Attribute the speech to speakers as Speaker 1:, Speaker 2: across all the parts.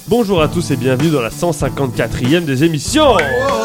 Speaker 1: Bonjour à tous et bienvenue dans la 154e des émissions.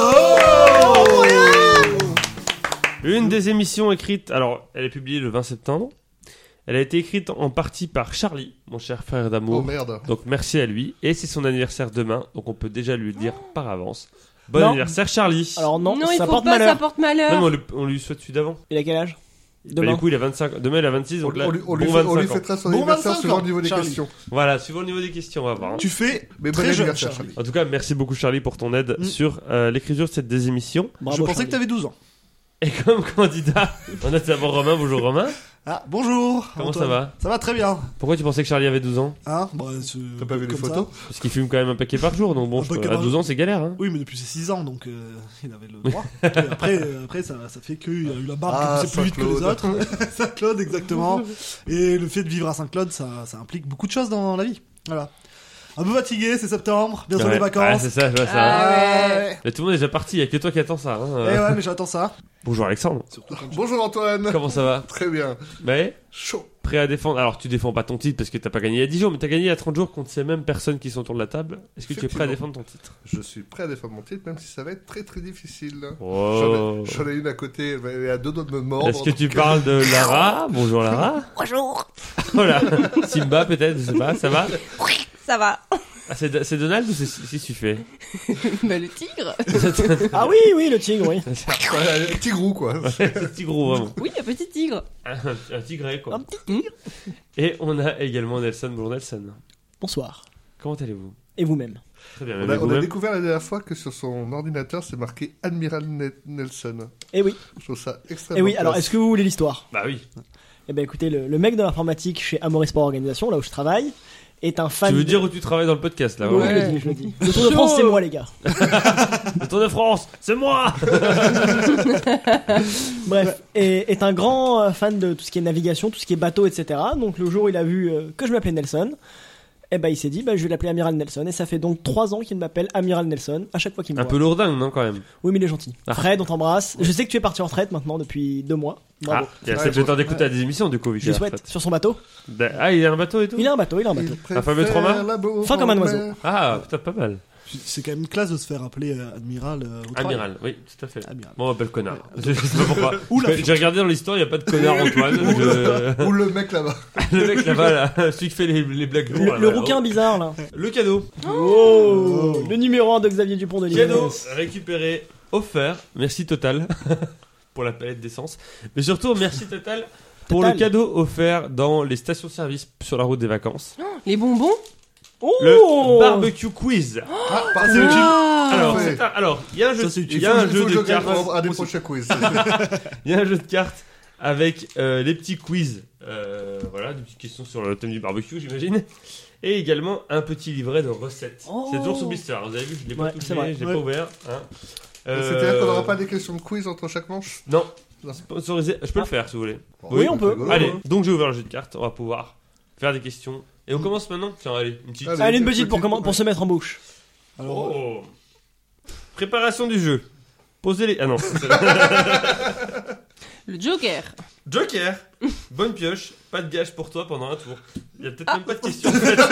Speaker 1: Une des émissions écrites, alors elle est publiée le 20 septembre. Elle a été écrite en partie par Charlie, mon cher frère d'amour.
Speaker 2: Oh merde.
Speaker 1: Donc merci à lui. Et c'est son anniversaire demain, donc on peut déjà lui le dire par avance. Bon anniversaire Charlie.
Speaker 3: Alors non,
Speaker 4: il
Speaker 3: ça
Speaker 4: faut
Speaker 3: porte
Speaker 4: pas,
Speaker 3: malheur.
Speaker 4: ça porte malheur.
Speaker 1: Non, mais on lui souhaite celui d'avant.
Speaker 3: Il a quel âge?
Speaker 1: Bah,
Speaker 3: Demain.
Speaker 1: du coup il a 25, demain il a 26, donc là,
Speaker 2: On lui
Speaker 1: bon
Speaker 2: fait-
Speaker 1: 25
Speaker 2: on lui
Speaker 1: ans.
Speaker 2: fêtera son
Speaker 3: Bon
Speaker 2: anniversaire
Speaker 3: 25
Speaker 2: suivant le
Speaker 3: ans,
Speaker 2: niveau des
Speaker 3: Charlie.
Speaker 2: questions.
Speaker 1: Voilà, suivant le niveau des questions, on va voir. Hein.
Speaker 3: Tu fais
Speaker 2: Mais bon
Speaker 3: très jeune,
Speaker 2: anniversaire,
Speaker 3: Charlie.
Speaker 2: Charlie.
Speaker 1: En tout cas, merci beaucoup Charlie pour ton aide sur l'écriture de cette des émissions.
Speaker 3: Bravo,
Speaker 5: Je pensais
Speaker 3: Charlie.
Speaker 5: que t'avais 12 ans.
Speaker 1: Et comme candidat, on a d'abord Romain. Bonjour Romain.
Speaker 5: Ah, bonjour.
Speaker 1: Comment
Speaker 5: Antoine.
Speaker 1: ça va?
Speaker 5: Ça va très bien.
Speaker 1: Pourquoi tu pensais que Charlie avait 12 ans?
Speaker 5: Hein
Speaker 2: T'as pas vu les
Speaker 5: comme
Speaker 2: photos?
Speaker 5: ça.
Speaker 1: Parce qu'il fume quand même un paquet par jour, donc bon,
Speaker 5: Un paquet
Speaker 1: à
Speaker 5: par
Speaker 1: 12
Speaker 5: jour.
Speaker 1: ans c'est galère. Hein.
Speaker 5: Oui, mais depuis ses 6 ans, donc il avait le droit. Et après ça fait qu'il a eu la barbe
Speaker 2: Ah,
Speaker 5: qui poussait plus vite que les
Speaker 2: Saint-Claude.
Speaker 5: autres. Saint-Claude, exactement. Et le fait de vivre à Saint-Claude, ça implique beaucoup de choses dans la vie. Voilà. Un peu fatigué, c'est septembre, bientôt
Speaker 1: Ouais.
Speaker 5: les vacances.
Speaker 1: Ah, c'est ça, je vois ça.
Speaker 4: Ah ouais.
Speaker 1: Mais tout le monde est déjà parti, il y a que toi qui attends ça. Hein.
Speaker 5: Eh ouais, mais j'attends ça.
Speaker 1: Bonjour Alexandre.
Speaker 5: Surtout quand
Speaker 2: Bonjour Antoine.
Speaker 1: Comment ça va?
Speaker 2: Très bien.
Speaker 1: Mais
Speaker 2: Chaud.
Speaker 1: prêt à défendre. Alors tu défends pas ton titre parce que t'as pas gagné il y a 10 jours, mais t'as gagné il y a 30 jours contre ces mêmes personnes qui sont autour de la table. Est-ce que tu es prêt à défendre ton titre?
Speaker 2: Je suis prêt à défendre mon titre, même si ça va être très très difficile.
Speaker 1: Oh.
Speaker 2: J'en ai une à côté, elle est à deux doigts de me mordre.
Speaker 1: Est-ce que tu
Speaker 2: donc,
Speaker 1: parles de Lara? Bonjour Lara.
Speaker 4: Bonjour.
Speaker 1: Voilà. Simba peut-être, je sais pas, ça va?
Speaker 4: Ça va.
Speaker 1: Ah, c'est Donald ou c'est tu fais?
Speaker 4: Bah, le tigre.
Speaker 3: Ah oui, le tigre, oui.
Speaker 2: voilà, le petit gros quoi.
Speaker 1: C'est un petit gros vraiment.
Speaker 4: Oui, un petit tigre.
Speaker 1: Un tigre quoi.
Speaker 3: Un petit tigre.
Speaker 1: Et on a également Nelson. Bonjour Nelson.
Speaker 3: Bonsoir.
Speaker 1: Comment allez-vous?
Speaker 3: Et vous-même?
Speaker 1: Très bien.
Speaker 2: On
Speaker 1: mais
Speaker 2: a
Speaker 1: vous-même
Speaker 2: découvert la dernière fois que sur son ordinateur c'est marqué Admiral Nelson.
Speaker 3: Eh oui.
Speaker 2: Je trouve ça extrêmement
Speaker 3: Eh oui, alors
Speaker 2: classe.
Speaker 3: est-ce que vous voulez l'histoire?
Speaker 1: Bah oui.
Speaker 3: Eh ben écoutez, le mec de l'informatique chez Amore Sport Organisation, là où je travaille, est un fan
Speaker 1: Tu veux
Speaker 3: de-
Speaker 1: dire où tu travailles dans le podcast là?
Speaker 3: Oui,
Speaker 1: Ouais.
Speaker 3: je le dis. Le Tour de France, c'est moi, les gars.
Speaker 1: Le Tour de France, c'est moi.
Speaker 3: Bref, et est un grand fan de tout ce qui est navigation, tout ce qui est bateau, etc. Donc le jour où il a vu que je m'appelais Nelson, eh ben il s'est dit, je vais l'appeler Amiral Nelson. Et ça fait donc 3 ans qu'il m'appelle Amiral Nelson à chaque fois qu'il me
Speaker 1: Un
Speaker 3: voit.
Speaker 1: peu lourdin, non quand même.
Speaker 3: Oui, mais il est gentil.
Speaker 1: Ah.
Speaker 3: Fred, on t'embrasse. Je sais que tu es parti en retraite maintenant depuis 2 mois. Bravo.
Speaker 1: Ah, il y a peut-être le temps d'écouter des émissions du coup. vu
Speaker 3: Je
Speaker 1: qu'il
Speaker 3: lui
Speaker 1: est en
Speaker 3: souhaite.
Speaker 1: retraite.
Speaker 3: Sur son bateau.
Speaker 1: Ah, il y a un bateau et tout.
Speaker 3: Il a un bateau.
Speaker 2: Il
Speaker 1: Un fameux
Speaker 2: préfère
Speaker 1: trauma
Speaker 2: la bourre
Speaker 3: Fin comme un
Speaker 2: en
Speaker 3: oiseau.
Speaker 2: mer.
Speaker 1: Ah, putain, pas mal.
Speaker 5: C'est quand même classe de se faire appeler admiral au travail.
Speaker 1: Amiral, oui, tout à fait.
Speaker 5: Amiral.
Speaker 1: Moi on m'appelle connard. Je sais pas pourquoi.
Speaker 5: Ou la
Speaker 1: J'ai regardé dans l'histoire, il y a pas de connard Antoine.
Speaker 2: Ou le mec là-bas.
Speaker 1: Le mec là-bas, là, celui qui fait les blagues lourdes, là,
Speaker 3: Le
Speaker 1: là.
Speaker 3: rouquin bizarre là.
Speaker 1: Le cadeau.
Speaker 3: Oh, le numéro 1 de Xavier Dupont de Ligonnès.
Speaker 1: Cadeau récupéré, offert. Merci Total pour la palette d'essence. Mais surtout, merci Total pour
Speaker 3: Total.
Speaker 1: le cadeau offert dans les stations-service sur la route des vacances.
Speaker 4: Les bonbons.
Speaker 3: Oh,
Speaker 1: Le barbecue quiz.
Speaker 2: Ah, c'est utile.
Speaker 1: Alors,
Speaker 2: ouais.
Speaker 1: il y a un jeu,
Speaker 5: Ça, c'est
Speaker 1: il
Speaker 5: utile.
Speaker 1: y a un
Speaker 2: Il
Speaker 1: jeu
Speaker 2: faut que
Speaker 1: de
Speaker 2: je gagne
Speaker 1: cartes.
Speaker 2: à des prochains quiz.
Speaker 1: Il y a un jeu de cartes avec les petits quiz. Voilà, des petites questions sur le thème du barbecue, j'imagine. Et également un petit livret de recettes.
Speaker 3: Oh.
Speaker 1: C'est toujours sous Blister. Vous avez vu, je l'ai pas
Speaker 3: Ouais,
Speaker 1: touché,
Speaker 3: c'est vrai.
Speaker 1: je l'ai
Speaker 5: Ouais.
Speaker 1: pas ouvert. Hein.
Speaker 2: C'est-à-dire qu'on n'aura pas des questions de quiz entre chaque manche.
Speaker 1: Non,
Speaker 2: Non.
Speaker 1: sponsorisé. Je peux le faire si vous voulez.
Speaker 3: Oui, on peut.
Speaker 2: rigolo.
Speaker 1: Allez, donc j'ai ouvert le jeu de cartes. On va pouvoir faire des questions. Et on commence maintenant. Tiens, allez, une petite.
Speaker 2: Allez.
Speaker 3: Allez, une petite
Speaker 2: Petite-
Speaker 3: pour se mettre en bouche.
Speaker 5: Alors,
Speaker 1: Oh. Préparation du jeu. Posez les. Ah non.
Speaker 4: Le Joker.
Speaker 1: Joker. Bonne pioche. Pas de gage pour toi pendant un tour. Il y a peut-être même pas de question. En fait.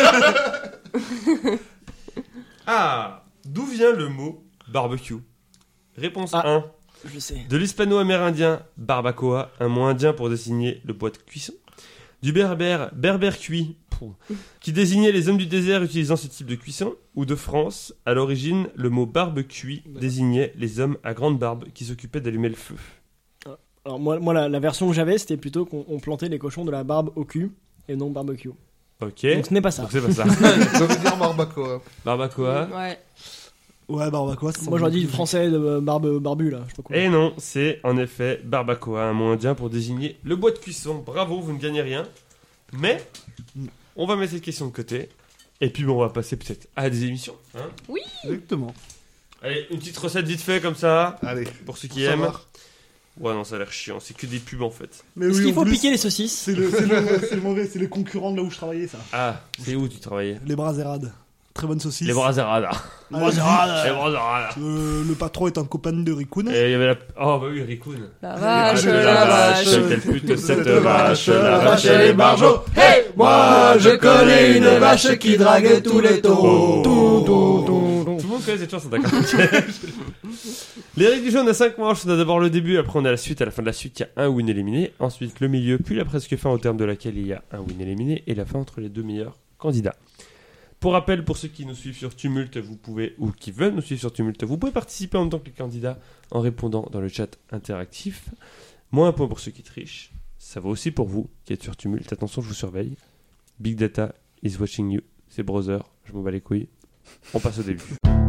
Speaker 1: Ah. D'où vient le mot barbecue? Réponse
Speaker 3: Ah.
Speaker 1: 1.
Speaker 3: Je sais.
Speaker 1: De l'hispano-amérindien barbacoa, un mot indien pour désigner le bois de cuisson. Du berbère cuit, qui désignait les hommes du désert utilisant ce type de cuisson. Ou de France, à l'origine, le mot barbe cuit désignait les hommes à grande barbe qui s'occupaient d'allumer le feu.
Speaker 3: Alors moi la version que j'avais, c'était plutôt qu'on plantait les cochons de la barbe au cul et non barbecue.
Speaker 1: Ok.
Speaker 3: Donc ce n'est pas ça.
Speaker 1: Donc c'est pas ça.
Speaker 2: Je veux dire barbacoa.
Speaker 1: Barbacoa.
Speaker 4: Ouais.
Speaker 5: ouais, barbacoa. ça
Speaker 3: Moi j'aurais dit
Speaker 5: semble-
Speaker 3: français de barbu là, je sais pas quoi.
Speaker 1: Et non, c'est en effet barbacoa, un mot indien pour désigner le bois de cuisson. Bravo, vous ne gagnez rien. Mais on va mettre cette question de côté. Et puis bon, on va passer peut-être à des émissions. Hein.
Speaker 5: Exactement.
Speaker 1: Allez, une petite recette vite fait comme ça,
Speaker 2: Allez.
Speaker 1: pour ceux qui
Speaker 2: Ça
Speaker 1: aiment.
Speaker 2: va.
Speaker 1: Ouais, non, ça a l'air chiant, c'est que des pubs en fait.
Speaker 5: Mais
Speaker 3: Est-ce
Speaker 5: oui,
Speaker 3: qu'il
Speaker 5: en
Speaker 3: faut
Speaker 5: plus,
Speaker 3: piquer les saucisses?
Speaker 5: C'est le mauvais, c'est les concurrents de là où je travaillais, ça.
Speaker 1: Ah, c'est où tu travaillais?
Speaker 5: Les Brasérades. très bonne saucisse.
Speaker 1: Les Brazerada. Les Brazerada.
Speaker 5: Le patron est un copain de Rikun.
Speaker 1: Et il y avait la. Oh, bah oui, Rikun.
Speaker 4: La vache,
Speaker 1: Quelle pute cette vache, la vache,
Speaker 6: elle est margeau. Hey, moi je connais une vache qui drague tous les taureaux.
Speaker 1: Tout le monde connaît cette chanson, d'accord. Les règles du jeu, on a 5 manches. On a d'abord le début, après on a la suite. À la fin de la suite, il y a un win éliminé. Ensuite, le milieu, puis la presque fin, au terme de laquelle il y a un win éliminé. Et la fin entre les deux meilleurs candidats. Pour rappel, pour ceux qui nous suivent sur Tumult, vous pouvez, ou qui veulent nous suivre sur Tumult, vous pouvez participer en même temps que les candidats en répondant dans le chat interactif. Moins un point pour ceux qui trichent. Ça vaut aussi pour vous qui êtes sur Tumult. Attention, je vous surveille. Big Data is watching you. C'est browser, je m'en bats les couilles. On passe au début.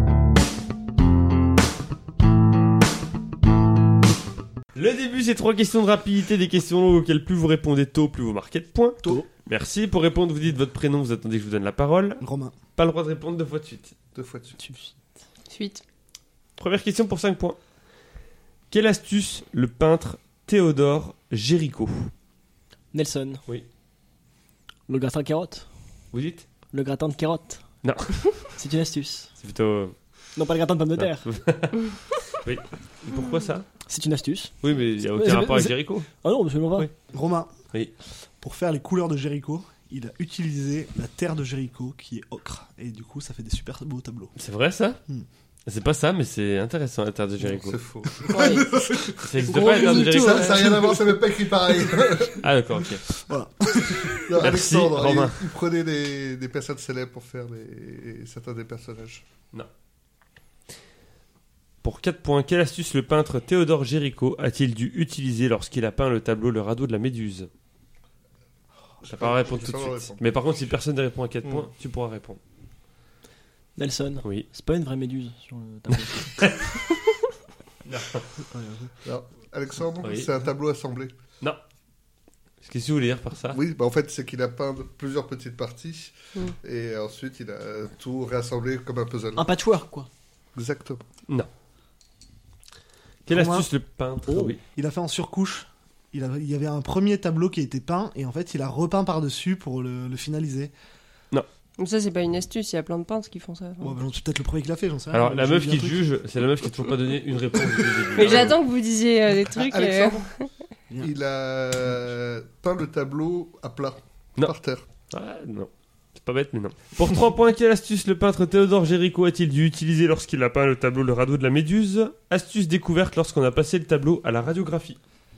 Speaker 1: Le début, c'est 3 questions de rapidité, des questions longues auxquelles plus vous répondez tôt, plus vous marquez de points.
Speaker 5: Tôt.
Speaker 1: Merci. Pour répondre, vous dites votre prénom, vous attendez que je vous donne la parole.
Speaker 5: Romain.
Speaker 1: Pas le droit de répondre 2 fois de suite.
Speaker 2: 2 fois dessus.
Speaker 4: Suite.
Speaker 1: Première question pour 5 points. Quelle astuce le peintre Théodore Géricault?
Speaker 3: Nelson.
Speaker 1: Oui.
Speaker 3: Le gratin de carottes.
Speaker 1: Vous dites?
Speaker 3: Le gratin de carottes.
Speaker 1: Non.
Speaker 3: C'est une astuce.
Speaker 1: C'est plutôt...
Speaker 3: Non, pas le gratin de pommes de terre.
Speaker 1: Oui. Pourquoi ça?
Speaker 3: C'est une astuce.
Speaker 1: Oui, mais il n'y a aucun rapport avec Géricault.
Speaker 3: Ah non, absolument pas.
Speaker 1: Oui.
Speaker 5: Romain.
Speaker 1: Oui.
Speaker 5: Pour faire les couleurs de Jéricho, il a utilisé la terre de Jéricho qui est ocre. Et du coup, ça fait des super beaux tableaux.
Speaker 1: C'est vrai ça? C'est pas ça, mais c'est intéressant la terre de
Speaker 2: Non,
Speaker 1: Géricault.
Speaker 2: c'est faux.
Speaker 4: Ouais.
Speaker 1: Ça existe
Speaker 4: Gros
Speaker 1: pas la terre de
Speaker 4: mytho,
Speaker 1: Géricault?
Speaker 2: Ça n'a rien à voir, ça n'est pas écrit pareil.
Speaker 1: Ah d'accord, ok.
Speaker 5: Voilà.
Speaker 2: Non,
Speaker 1: Merci,
Speaker 2: Alexandre,
Speaker 1: Romain.
Speaker 2: il prenait des personnes célèbres pour faire certains des personnages.
Speaker 1: Pour 4 points, quelle astuce le peintre Théodore Géricault a-t-il dû utiliser lorsqu'il a peint le tableau Le radeau de la Méduse? Je vais pas répondre tout de suite. Mais par contre, si personne ne répond à 4 points, tu pourras répondre.
Speaker 3: Nelson.
Speaker 1: Oui.
Speaker 3: C'est pas une vraie méduse sur le tableau.
Speaker 2: Alors, Alexandre,
Speaker 1: Oui.
Speaker 2: c'est un tableau assemblé.
Speaker 1: Qu'est-ce que vous voulez dire par ça?
Speaker 2: Oui, bah en fait, c'est qu'il a peint plusieurs petites parties
Speaker 4: Mm.
Speaker 2: et ensuite il a tout réassemblé comme un puzzle.
Speaker 3: Un patchwork, quoi.
Speaker 2: Exactement.
Speaker 1: Quelle
Speaker 5: Pour
Speaker 1: astuce le peintre?
Speaker 5: Oh.
Speaker 1: Oui.
Speaker 5: Il a fait en surcouche. Il y avait un premier tableau qui a été peint et en fait il a repeint par-dessus pour le finaliser.
Speaker 4: Donc ça, c'est pas une astuce, il y a plein de peintres qui font ça.
Speaker 5: Ouais, bah, c'est peut-être le premier qui l'a fait, j'en sais rien.
Speaker 1: Alors, la
Speaker 5: J'ai
Speaker 1: meuf
Speaker 5: vu
Speaker 1: qui
Speaker 5: un
Speaker 1: te
Speaker 5: truc.
Speaker 1: juge, c'est la meuf qui a toujours pas donné une réponse. du début.
Speaker 4: Mais j'attends que vous disiez des trucs.
Speaker 2: Alexandre,
Speaker 5: Bien.
Speaker 2: il a peint le tableau à plat,
Speaker 1: Non.
Speaker 2: par terre.
Speaker 1: Ah, non. C'est pas bête, mais non. Pour 3 points, quelle astuce le peintre Théodore Géricault a-t-il dû utiliser lorsqu'il a peint le tableau Le radeau de la Méduse? Astuce découverte lorsqu'on a passé le tableau à la radiographie.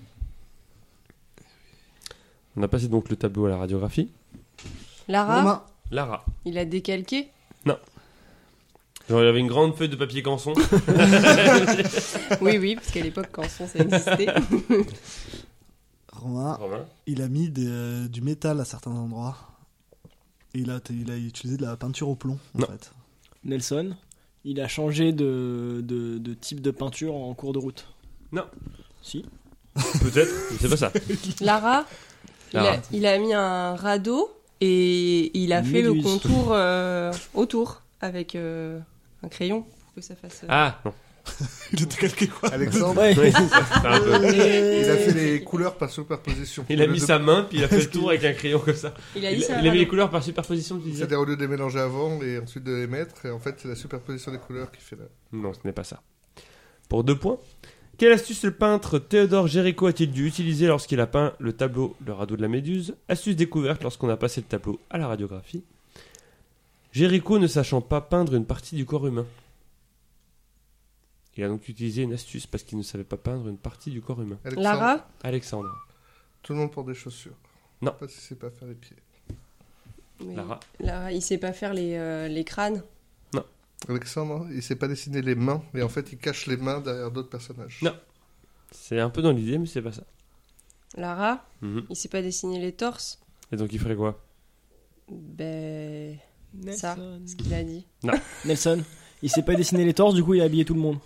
Speaker 1: On a passé donc le tableau à la radiographie.
Speaker 4: Lara,
Speaker 5: Romain.
Speaker 1: Lara.
Speaker 4: il a décalqué.
Speaker 1: Genre, il avait une grande feuille de papier canson.
Speaker 4: Oui, oui, parce qu'à l'époque, Canson, ça existait.
Speaker 5: Romain.
Speaker 1: Romain.
Speaker 5: Il a mis du métal à certains endroits. Et il a utilisé de la peinture au plomb, en
Speaker 1: Non.
Speaker 5: fait.
Speaker 3: Nelson. Il a changé de type de peinture en cours de route.
Speaker 1: Non.
Speaker 3: Si.
Speaker 1: Peut-être, mais c'est pas ça.
Speaker 4: Lara,
Speaker 1: Lara.
Speaker 4: il a mis un radeau et il a fait le
Speaker 3: Méduse.
Speaker 4: contour autour avec un crayon pour que ça fasse.
Speaker 1: Ah, non.
Speaker 5: Il a décalqué quoi?
Speaker 2: Alexandre,
Speaker 3: Ouais.
Speaker 1: Oui, c'est un peu.
Speaker 2: il a fait les couleurs par superposition.
Speaker 1: Il a
Speaker 2: Au lieu
Speaker 1: mis
Speaker 2: de-
Speaker 1: sa main, puis il a fait le tour avec un crayon comme ça.
Speaker 4: Il a
Speaker 1: Il,
Speaker 4: dit ça.
Speaker 1: il a mis les couleurs par superposition, tu disais?
Speaker 2: C'est-à-dire au lieu de les mélanger avant et ensuite de les mettre, et en fait c'est la superposition des couleurs qui fait la...
Speaker 1: Non, ce n'est pas ça. Pour 2 points, quelle astuce le peintre Théodore Géricault a-t-il dû utiliser lorsqu'il a peint le tableau Le radeau de la Méduse? Astuce découverte lorsqu'on a passé le tableau à la radiographie. Géricault ne sachant pas peindre une partie du corps humain. Il a donc utilisé une astuce parce qu'il ne savait pas peindre une partie du corps humain.
Speaker 2: Alexandre,
Speaker 4: Lara,
Speaker 1: Alexandre.
Speaker 2: tout le monde porte des chaussures.
Speaker 1: Non.
Speaker 2: Pas si c'est pas faire les pieds.
Speaker 4: oui.
Speaker 1: Lara.
Speaker 4: Lara, il sait pas faire les crânes.
Speaker 2: Alexandre, il sait pas dessiner les mains, et en fait il cache les mains derrière d'autres personnages.
Speaker 1: Non. C'est un peu dans l'idée, mais c'est pas ça.
Speaker 4: Lara,
Speaker 1: Mhm.
Speaker 4: il sait pas dessiner les torses.
Speaker 1: Et donc il ferait quoi?
Speaker 4: Ben, ça,
Speaker 3: Nelson.
Speaker 4: ce qu'il a dit.
Speaker 3: Nelson. Il sait pas dessiner les torses, du coup il a habillé tout le monde.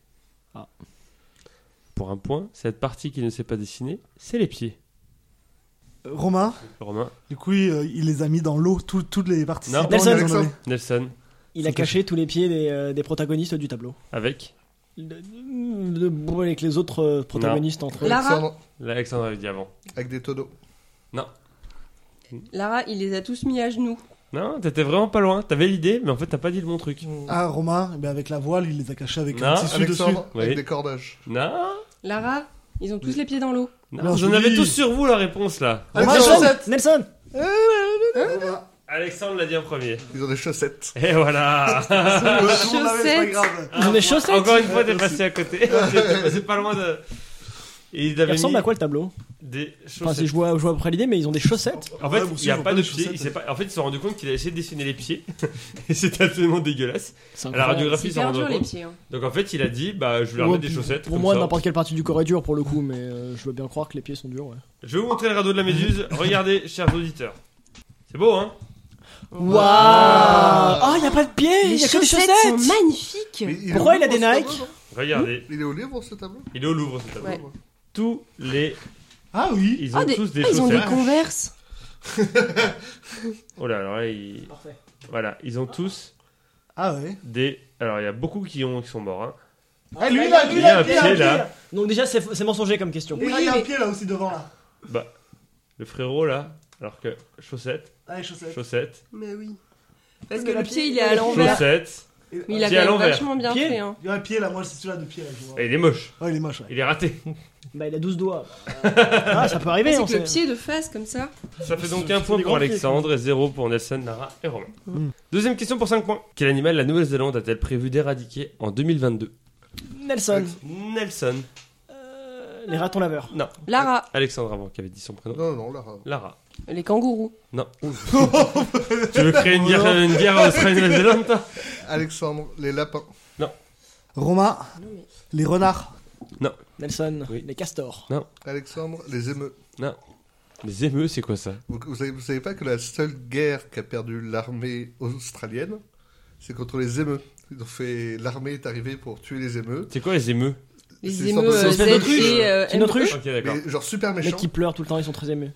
Speaker 1: Pour 1 point, cette partie qu'il ne sait pas dessiner, c'est les pieds.
Speaker 5: Romain.
Speaker 1: Romain.
Speaker 5: Du coup, il les a mis dans l'eau, toutes les participants.
Speaker 1: Non.
Speaker 3: Nelson.
Speaker 5: ils en
Speaker 2: Alexandre.
Speaker 5: avaient.
Speaker 1: Nelson.
Speaker 3: Il a caché tous les pieds des protagonistes du tableau.
Speaker 1: Avec
Speaker 3: Avec les autres protagonistes entre eux.
Speaker 4: Lara.
Speaker 2: Alexandre,
Speaker 1: Alexandre avait dit avant.
Speaker 2: avec des tonneaux.
Speaker 1: Non.
Speaker 4: Lara, il les a tous mis à genoux.
Speaker 1: Non, t'étais vraiment pas loin. T'avais l'idée, mais en fait, t'as pas dit le bon truc.
Speaker 5: Ah, Romain, eh ben avec la voile, il les a cachés avec
Speaker 1: Non,
Speaker 5: un tissu dessus.
Speaker 2: Alexandre,
Speaker 1: Oui.
Speaker 2: avec des cordages.
Speaker 1: Non,
Speaker 4: Lara, ils ont tous les pieds dans l'eau.
Speaker 1: non,
Speaker 5: Alors,
Speaker 1: vous en
Speaker 5: je
Speaker 1: avez
Speaker 5: dis-
Speaker 1: tous sur vous la réponse là.
Speaker 5: Romain,
Speaker 3: Nelson,
Speaker 5: chaussettes.
Speaker 3: Nelson.
Speaker 5: Romain.
Speaker 1: Alexandre l'a dit en premier.
Speaker 2: Ils ont des chaussettes.
Speaker 1: Et voilà.
Speaker 5: Tout le monde l'avait, c'est pas
Speaker 4: chaussettes.
Speaker 5: grave.
Speaker 3: Ils ont des chaussettes.
Speaker 1: Encore une fois, t'es passé à côté. T'es passé pas loin de. Et il
Speaker 3: Il
Speaker 1: avait
Speaker 3: ressemble
Speaker 1: mis
Speaker 3: à quoi le tableau?
Speaker 1: des
Speaker 3: Enfin,
Speaker 1: chaussettes.
Speaker 3: si je vois à peu près l'idée, mais ils ont des chaussettes.
Speaker 1: En fait,
Speaker 5: Ouais, moi
Speaker 1: il
Speaker 5: aussi,
Speaker 1: n'y a
Speaker 5: je vois
Speaker 1: pas
Speaker 5: pas
Speaker 1: de
Speaker 5: les
Speaker 1: pieds.
Speaker 5: chaussettes.
Speaker 1: En fait, ils se sont rendus compte qu'il a essayé de dessiner les pieds. Et c'était absolument dégueulasse.
Speaker 3: C'est
Speaker 1: À la
Speaker 3: incroyable.
Speaker 1: radiographie,
Speaker 4: C'est
Speaker 1: ils s'en rendent
Speaker 4: hyper dur les
Speaker 1: compte.
Speaker 4: pieds. Hein.
Speaker 1: Donc en fait, il a dit bah, je vais leur
Speaker 3: Ouais,
Speaker 1: mettre des chaussettes.
Speaker 3: Pour
Speaker 1: comme
Speaker 3: moi,
Speaker 1: ça.
Speaker 3: n'importe quelle partie du corps est dure pour le coup, mais je veux bien croire que les pieds sont durs. Ouais.
Speaker 1: Je vais vous montrer le radeau de la Méduse. Regardez, chers auditeurs. C'est beau, hein?
Speaker 3: Waouh! Ah, il y a pas de pieds, il
Speaker 4: Les
Speaker 3: y a que des
Speaker 4: chaussettes sont
Speaker 3: chaussettes.
Speaker 4: magnifiques.
Speaker 2: Mais est
Speaker 3: Pourquoi
Speaker 2: au
Speaker 3: il a
Speaker 2: Louvre,
Speaker 3: des
Speaker 2: ce
Speaker 3: Nike
Speaker 2: tableau, non
Speaker 1: Regardez.
Speaker 2: Il est au livre ce tableau
Speaker 1: Il est au Louvre, ce tableau.
Speaker 4: Ouais.
Speaker 1: Tous les.
Speaker 5: Ah oui.
Speaker 1: Ils ont tous des
Speaker 4: ils ont des
Speaker 1: chaussettes.
Speaker 4: Converse.
Speaker 1: Oh là, alors là, ils.
Speaker 3: Parfait.
Speaker 1: Voilà, ils ont tous
Speaker 5: Ah ouais.
Speaker 1: des. Alors il y a beaucoup qui sont morts. Hein.
Speaker 5: Ah, lui,
Speaker 1: il y a un pied, là.
Speaker 3: Donc déjà, c'est mensonger comme question.
Speaker 5: Et là, il y a un pied là aussi devant là.
Speaker 1: Bah, le frérot là. Alors que chaussettes,
Speaker 5: Ah, les chaussettes.
Speaker 1: chaussettes,
Speaker 4: Mais oui. Parce
Speaker 3: Mais
Speaker 4: que
Speaker 3: la
Speaker 4: le pied, il est à
Speaker 3: pied-
Speaker 4: l'envers.
Speaker 1: chaussettes.
Speaker 5: Et-
Speaker 4: Mais il a
Speaker 1: Pied à
Speaker 4: quand même
Speaker 1: l'envers.
Speaker 4: vachement bien
Speaker 3: Pied.
Speaker 4: fait. Hein.
Speaker 5: Il y a un pied là, moi c'est celui-là de pied là. Je vois.
Speaker 1: Et il est moche.
Speaker 5: Oh, il est moche, ouais.
Speaker 1: Il est raté.
Speaker 3: Bah, il a 12 doigts. Ah, ça peut arriver.
Speaker 4: C'est
Speaker 3: on
Speaker 4: que le
Speaker 3: sait.
Speaker 4: pied de face comme ça.
Speaker 1: Ça fait donc
Speaker 3: C'est
Speaker 1: un point
Speaker 3: des
Speaker 1: pour
Speaker 3: grands pieds,
Speaker 1: Alexandre et 0 pour Nelson, Lara et Romain.
Speaker 3: Mm.
Speaker 1: Deuxième question pour 5 points. Quel animal la Nouvelle-Zélande a-t-elle prévu d'éradiquer en 2022?
Speaker 3: Nelson.
Speaker 1: Nelson.
Speaker 3: Les ratons laveurs.
Speaker 1: Non.
Speaker 4: Lara,
Speaker 1: Alexandre avant qui avait dit son prénom.
Speaker 2: Non, non, Lara.
Speaker 1: Lara.
Speaker 4: les kangourous.
Speaker 1: Non. Tu veux créer une guerre Australie-Nouvelle-Zélande, toi?
Speaker 2: Alexandre, les lapins.
Speaker 5: Romain,
Speaker 4: Non, mais...
Speaker 5: les renards.
Speaker 3: Nelson.
Speaker 1: Oui.
Speaker 3: Les castors.
Speaker 2: Alexandre, les émeux.
Speaker 1: Les émeux, c'est quoi ça?
Speaker 2: Vous savez pas que la seule guerre qu'a perdu l'armée australienne, c'est contre les émeux. Ils ont fait... L'armée est arrivée pour tuer les émeux.
Speaker 1: C'est quoi les émeux?
Speaker 4: Les
Speaker 2: C'est une
Speaker 4: émeux
Speaker 2: sorte de-
Speaker 3: c'est une autruche. C'est une
Speaker 4: ME.
Speaker 3: autruche.
Speaker 1: Ok, d'accord.
Speaker 2: Mais genre super
Speaker 3: Les mecs
Speaker 2: méchants.
Speaker 3: qui pleurent tout le temps, ils sont très émus.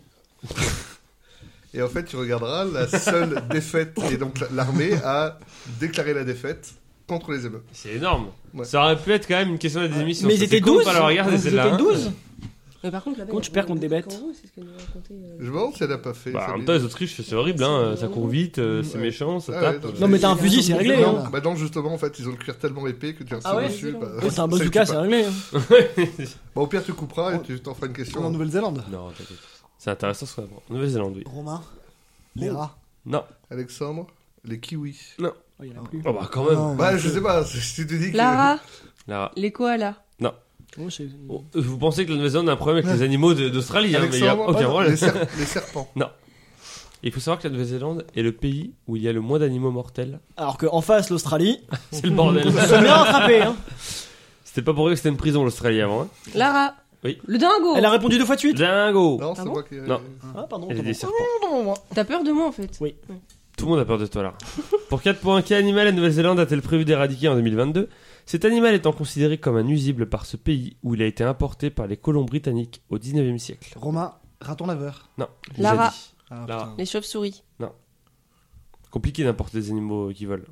Speaker 2: Et en fait, tu regarderas, la seule défaite, et donc l'armée a déclaré la défaite contre les émeux.
Speaker 1: C'est énorme.
Speaker 2: Ouais.
Speaker 1: Ça aurait pu être quand même une question des émissions.
Speaker 3: Mais ils
Speaker 1: Ça,
Speaker 3: étaient
Speaker 1: c'est cool
Speaker 3: 12.
Speaker 1: de pas la regarder,
Speaker 3: Ils
Speaker 1: celle-là,
Speaker 3: étaient
Speaker 1: hein.
Speaker 3: 12.
Speaker 4: Mais par contre, là-bas,
Speaker 3: Quand
Speaker 4: il y a
Speaker 3: tu perds
Speaker 4: vraiment
Speaker 3: contre des bêtes.
Speaker 4: kangourous, c'est ce que nous racontait,
Speaker 2: Je me demande si elle a pas fait.
Speaker 1: Bah, en
Speaker 2: ça,
Speaker 1: même
Speaker 2: mais-
Speaker 1: temps, les Autriches, c'est horrible, hein. Ça court vite, c'est
Speaker 2: Ouais.
Speaker 1: méchant, ça
Speaker 2: Ah
Speaker 1: tape.
Speaker 2: ouais,
Speaker 3: Non, mais t'as un fusil, c'est réglé.
Speaker 2: Non,
Speaker 3: Hein.
Speaker 2: bah non, justement, en fait, ils ont le cuir tellement épais que tu tires
Speaker 3: Ah ouais
Speaker 2: dessus. Bah,
Speaker 3: Ouais, c'est un
Speaker 2: ça
Speaker 3: bazooka,
Speaker 2: tue
Speaker 3: c'est
Speaker 2: pas.
Speaker 3: réglé. Hein.
Speaker 2: Bon, au pire, tu couperas et tu t'en feras une
Speaker 5: En
Speaker 2: question.
Speaker 5: Nouvelle-Zélande.
Speaker 1: Non, t'inquiète. C'est intéressant ce qu'on apprend. Nouvelle-Zélande, oui.
Speaker 5: Romain, les rats.
Speaker 1: Non.
Speaker 2: Alexandre, les kiwis.
Speaker 3: Oh, il y en a plus.
Speaker 1: Oh bah quand même.
Speaker 5: Non.
Speaker 2: Bah, je sais pas, si tu te dis que.
Speaker 4: Lara,
Speaker 1: Lara.
Speaker 4: les koalas.
Speaker 3: Oh, c'est-
Speaker 1: Oh, vous pensez que la Nouvelle-Zélande a un problème avec les animaux d'Australie, hein, mais il y a
Speaker 2: Alexandre,
Speaker 1: aucun problème.
Speaker 2: les serpents.
Speaker 1: Il faut savoir que la Nouvelle-Zélande est le pays où il y a le moins d'animaux mortels.
Speaker 3: Alors qu'en face, l'Australie,
Speaker 1: C'est le bordel.
Speaker 3: ils sont bien rattrapés. Hein.
Speaker 1: C'était pas pour rien que c'était une prison l'Australie avant. Hein.
Speaker 4: Lara,
Speaker 1: Oui.
Speaker 4: le dingo.
Speaker 3: Elle a répondu 2 fois de suite.
Speaker 1: Dingo.
Speaker 2: Non, c'est
Speaker 4: Ah bon
Speaker 2: moi qui.
Speaker 1: Non.
Speaker 3: Ah, pardon.
Speaker 1: Il y a des
Speaker 3: pardon.
Speaker 1: serpents.
Speaker 4: T'as peur de moi en fait.
Speaker 3: Oui.
Speaker 1: Tout le monde a peur de toi là. Pour 4 points, quel animal la Nouvelle-Zélande a-t-elle prévu d'éradiquer en 2022? Cet animal étant considéré comme un nuisible par ce pays où il a été importé par les colons britanniques au 19e siècle.
Speaker 5: Romain, raton laveur.
Speaker 1: Non, j'ai
Speaker 4: Lara.
Speaker 1: déjà dit.
Speaker 5: Ah,
Speaker 1: Lara.
Speaker 5: putain.
Speaker 4: Les chauves-souris.
Speaker 1: Compliqué d'importer des animaux qui volent.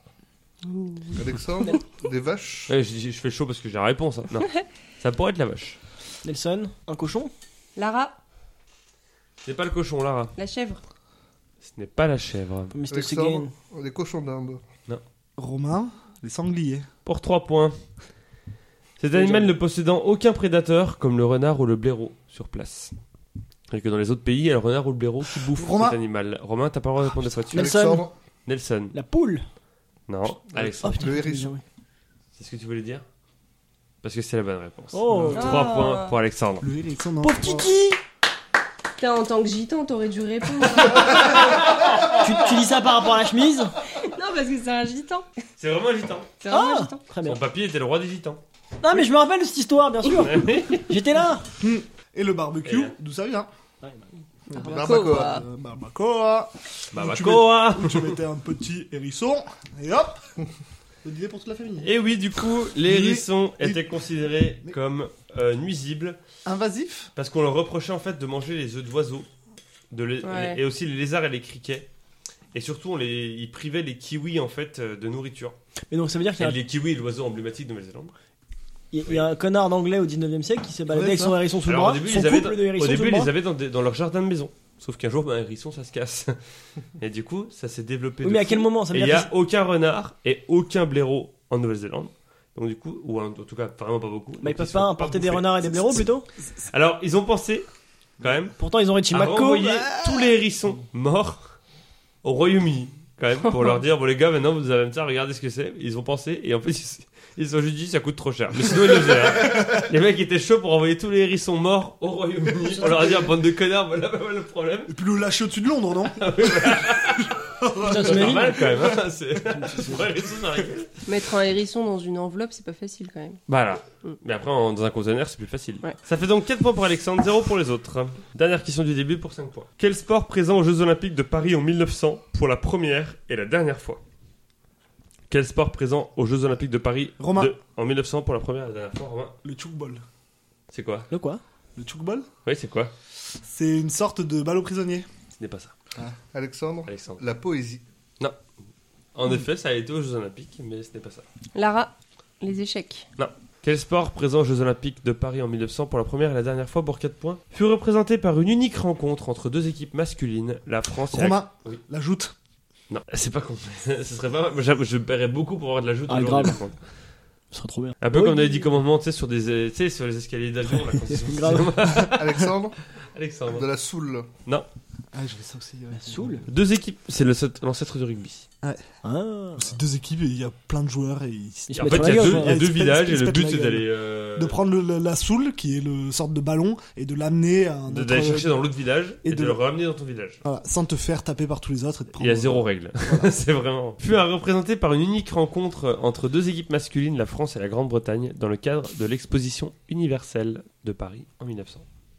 Speaker 2: Alexandre, des vaches.
Speaker 1: Ouais, je fais chaud parce que j'ai la réponse. Hein. Non. Ça pourrait être la vache.
Speaker 3: Nelson, un cochon.
Speaker 4: Lara,
Speaker 1: C'est pas le cochon, Lara.
Speaker 4: la chèvre.
Speaker 1: Ce n'est pas la chèvre.
Speaker 3: Mr.
Speaker 2: Alexandre,
Speaker 3: Seguin.
Speaker 2: des cochons d'Inde.
Speaker 5: Romain, les sangliers.
Speaker 1: Pour 3 points. Cet animal ne possédant aucun prédateur comme le renard ou le blaireau sur place. Et que dans les autres pays, il y a le renard ou le blaireau qui bouffe
Speaker 5: Romain.
Speaker 1: cet animal. Romain, t'as pas le droit de répondre des fois dessus.
Speaker 3: Nelson.
Speaker 2: Alexandre,
Speaker 1: Nelson.
Speaker 3: La poule.
Speaker 1: Non.
Speaker 3: Oh
Speaker 1: Alexandre.
Speaker 3: putain.
Speaker 2: Le
Speaker 3: j'ai
Speaker 2: hérisson.
Speaker 3: déjà, oui.
Speaker 1: C'est ce que tu voulais dire? Parce que c'est la bonne réponse.
Speaker 3: Oh.
Speaker 1: 3 points pour Alexandre.
Speaker 5: Le hérisson, non.
Speaker 3: Pauvre Kiki.
Speaker 4: Putain, en tant que gitan, t'aurais dû répondre.
Speaker 3: Tu dis ça par rapport à la chemise?
Speaker 4: Non, parce que c'est un gitan.
Speaker 1: C'est vraiment un gitan.
Speaker 4: C'est vraiment un
Speaker 3: Ah,
Speaker 4: gitan.
Speaker 3: très bien.
Speaker 1: Son papy était le roi des gitans.
Speaker 3: Non, mais je me rappelle de cette histoire, bien sûr. J'étais là.
Speaker 5: Et le barbecue,
Speaker 1: Et-
Speaker 5: d'où ça vient
Speaker 2: Barbacoa.
Speaker 5: Barbacoa.
Speaker 1: Babacoa.
Speaker 5: Où tu mettais un petit hérisson, et hop le dîner pour toute la famille.
Speaker 1: Et oui, du coup, les hérissons étaient considérés comme nuisibles
Speaker 5: Invasif.
Speaker 1: parce qu'on leur reprochait en fait de manger les œufs d'oiseaux
Speaker 4: Ouais.
Speaker 1: et aussi les lézards et les criquets. Et surtout, ils privaient les kiwis en fait de nourriture.
Speaker 3: Mais donc ça veut dire qu'il y
Speaker 1: Et
Speaker 3: a,
Speaker 1: les kiwis, l'oiseau emblématique de Nouvelle-Zélande.
Speaker 3: il y a un connard d'anglais au 19e siècle qui s'est baladé
Speaker 5: Ouais,
Speaker 3: avec son
Speaker 5: ça.
Speaker 3: hérisson sous le
Speaker 1: Alors
Speaker 3: bras.
Speaker 1: au début,
Speaker 3: Son
Speaker 1: ils avaient,
Speaker 3: couple de hérissons
Speaker 1: au début,
Speaker 3: sous le
Speaker 1: ils les
Speaker 3: bras.
Speaker 1: avaient dans leur jardin de maison. Sauf qu'un jour, un hérisson, ça se casse. Et du coup, ça s'est développé.
Speaker 3: Oui, mais à quel moment ça veut
Speaker 1: Et il
Speaker 3: dire
Speaker 1: n'y a aucun renard et aucun blaireau en Nouvelle-Zélande. Donc du coup, ou en tout cas, vraiment pas beaucoup.
Speaker 3: Bah,
Speaker 1: Donc,
Speaker 3: ils peuvent
Speaker 1: sont
Speaker 3: pas importer des
Speaker 1: bouffés.
Speaker 3: renards et des blaireaux plutôt.
Speaker 1: Alors, ils ont pensé, quand même,
Speaker 3: Pourtant, ils ont Richie
Speaker 1: à
Speaker 3: McCaw.
Speaker 1: renvoyer tous les hérissons morts au Royaume-Uni, quand même, pour leur dire, bon les gars, maintenant vous avez ça, regardez ce que c'est. Ils ont pensé, et en fait, ils se sont juste dit, ça coûte trop cher. Mais sinon, ils le faisaient. Hein. Les mecs étaient chauds pour envoyer tous les hérissons morts au Royaume-Uni, pour leur dire, bande de connards, voilà le problème.
Speaker 5: Et puis le lâcher au-dessus de Londres, non?
Speaker 3: Putain,
Speaker 1: C'est
Speaker 3: t'imagines
Speaker 1: normal quand même. Hein. C'est... Pour un hérisson, ça rigole.
Speaker 4: Mettre un hérisson dans une enveloppe, c'est pas facile quand même.
Speaker 1: Voilà. Mais après, dans un conteneur, c'est plus facile.
Speaker 4: Ouais.
Speaker 1: Ça fait donc 4 points pour Alexandre, 0 pour les autres. Dernière question du début pour 5 points. Quel sport présent aux Jeux Olympiques de Paris en 1900 pour la première et la dernière fois? Quel sport présent aux Jeux Olympiques de Paris
Speaker 5: Romain.
Speaker 1: en 1900 pour la première et la dernière fois, Romain?
Speaker 5: Le tchoukball.
Speaker 1: C'est quoi?
Speaker 3: Le quoi?
Speaker 5: Le tchoukball,
Speaker 1: Oui, c'est quoi?
Speaker 5: c'est une sorte de ballot prisonnier.
Speaker 1: Ce n'est pas ça.
Speaker 2: Alexandre,
Speaker 1: Alexandre.
Speaker 2: la poésie.
Speaker 1: En effet, ça a été aux Jeux Olympiques, mais ce n'est pas ça.
Speaker 4: Lara, les échecs.
Speaker 1: Quel sport présent aux Jeux Olympiques de Paris en 1900 pour la première et la dernière fois pour 4 points fut représenté par une unique rencontre entre deux équipes masculines, la France et
Speaker 5: Romain,
Speaker 1: Oui.
Speaker 5: la joute.
Speaker 1: Non, c'est pas con. Ce serait pas mal. Je paierais beaucoup pour avoir de la joute
Speaker 3: Ah,
Speaker 1: aujourd'hui,
Speaker 3: grave.
Speaker 1: par contre.
Speaker 3: Ce serait trop bien.
Speaker 1: Un peu
Speaker 3: Oui.
Speaker 1: comme on avait dit commandement, tu sais, sur sur les escaliers d'avion, là, quand ils sont-
Speaker 3: Grave.
Speaker 2: Alexandre,
Speaker 1: Alexandre.
Speaker 2: de la soule.
Speaker 5: Ah, j'avais ça aussi. Ouais.
Speaker 3: Soul.
Speaker 1: Deux équipes, c'est l'ancêtre du rugby.
Speaker 3: Ah.
Speaker 5: C'est deux équipes et il y a plein de joueurs et
Speaker 3: Ils se
Speaker 1: Et en
Speaker 3: mettent
Speaker 1: fait,
Speaker 3: la
Speaker 1: il y a
Speaker 3: gueule,
Speaker 1: deux,
Speaker 3: quoi.
Speaker 1: il y a
Speaker 5: Ouais,
Speaker 1: deux
Speaker 5: ils se
Speaker 1: villages et
Speaker 5: pètent
Speaker 1: le
Speaker 5: la
Speaker 1: but c'est
Speaker 5: gueule.
Speaker 1: d'aller
Speaker 5: de prendre la soule qui est le sorte de ballon et de l'amener à un autre
Speaker 1: d'aller chercher dans l'autre village
Speaker 5: et
Speaker 1: et de
Speaker 5: de-
Speaker 1: le ramener dans ton village.
Speaker 5: Voilà, sans te faire taper par tous les autres et de
Speaker 1: Il
Speaker 5: prendre.
Speaker 1: y a zéro règle. C'est vraiment. Fut représenté par une unique rencontre entre deux équipes masculines, la France et la Grande-Bretagne, dans le cadre de l'exposition universelle de Paris en 1900.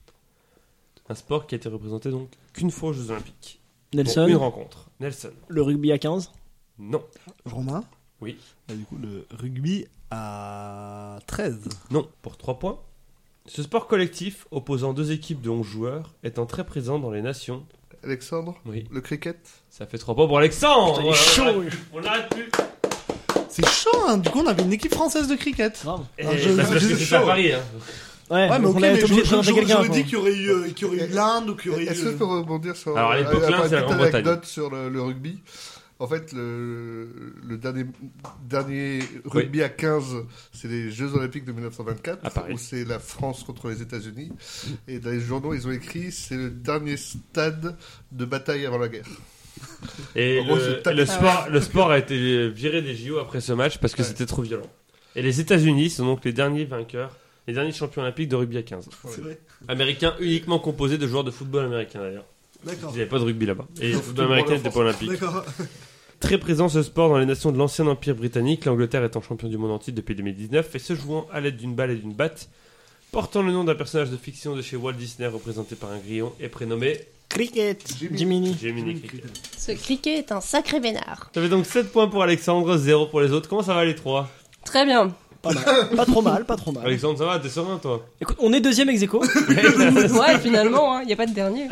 Speaker 1: Un sport qui a été représenté donc qu'une fois aux Jeux Olympiques. Pour une
Speaker 3: Nelson.
Speaker 1: rencontre. Nelson.
Speaker 3: Le rugby à 15.
Speaker 1: Non.
Speaker 5: Romain.
Speaker 1: Oui.
Speaker 5: Et du coup, le rugby à 13.
Speaker 1: Non. Pour 3 points. Ce sport collectif, opposant deux équipes de 11 joueurs, étant très présent dans les nations.
Speaker 2: Alexandre,
Speaker 1: Oui.
Speaker 2: le cricket.
Speaker 1: Ça fait 3 points pour Alexandre.
Speaker 3: Putain, il est chaud.
Speaker 1: On n'arrête plus.
Speaker 5: C'est chaud, hein. Du coup, on avait une équipe française de cricket.
Speaker 3: Grave.
Speaker 1: Et
Speaker 5: Alors, je-
Speaker 1: parce que
Speaker 5: je-
Speaker 1: c'est à Paris. Hein.
Speaker 3: Ouais,
Speaker 5: Ouais, mais
Speaker 3: donc
Speaker 5: ok,
Speaker 3: on a
Speaker 5: mais
Speaker 3: été obligé de présenter quelqu'un.
Speaker 5: j'aurais
Speaker 3: quoi.
Speaker 5: dit qu'il y aurait eu l'Inde ou qu'il y aurait
Speaker 2: Est-ce que je peux rebondir sur
Speaker 1: Alors, à l'époque, l'Inde, c'est la
Speaker 2: petite
Speaker 1: Grande-Bretagne.
Speaker 2: anecdote sur le rugby? En fait, le dernier rugby à 15, c'est les Jeux Olympiques de 1924,
Speaker 1: À Paris.
Speaker 2: où c'est la France contre les États-Unis. Et dans les journaux, ils ont écrit c'est le dernier stade de bataille avant la guerre.
Speaker 1: Et
Speaker 2: En gros, c'est tac-
Speaker 1: le sport a été viré des JO après ce match parce que
Speaker 2: Ouais.
Speaker 1: c'était trop violent. Et les États-Unis sont donc les derniers vainqueurs, les derniers champions olympiques de rugby à 15.
Speaker 5: C'est vrai.
Speaker 1: Américains uniquement composés de joueurs de football américain d'ailleurs.
Speaker 5: D'accord.
Speaker 1: Il n'y avait pas de rugby là-bas. Et le
Speaker 2: Donc,
Speaker 1: football
Speaker 2: tout le
Speaker 1: américain
Speaker 2: monde
Speaker 1: n'était
Speaker 2: en
Speaker 1: pas olympique.
Speaker 5: D'accord.
Speaker 1: Très présent ce sport dans les nations de l'ancien empire britannique, l'Angleterre étant champion du monde en titre depuis 2019 et se jouant à l'aide d'une balle et d'une batte, portant le nom d'un personnage de fiction de chez Walt Disney représenté par un grillon et prénommé
Speaker 3: Cricket.
Speaker 2: Jiminy.
Speaker 3: Jiminy.
Speaker 1: Jiminy Cricket.
Speaker 4: Ce cricket est un sacré vénard.
Speaker 1: Ça fait donc 7 points pour Alexandre, 0 pour les autres. Comment ça va les 3?
Speaker 4: Très bien.
Speaker 3: Pas mal. Pas trop mal, pas trop mal.
Speaker 1: Alexandre, ça va? T'es serein toi?
Speaker 3: Écoute, on est deuxième ex aequo.
Speaker 4: Ouais, finalement, il n'y a pas de dernier.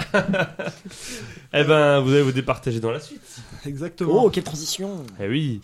Speaker 1: Eh ben, vous allez vous départager dans la suite.
Speaker 5: Exactement.
Speaker 3: Oh, quelle transition.
Speaker 1: Eh oui.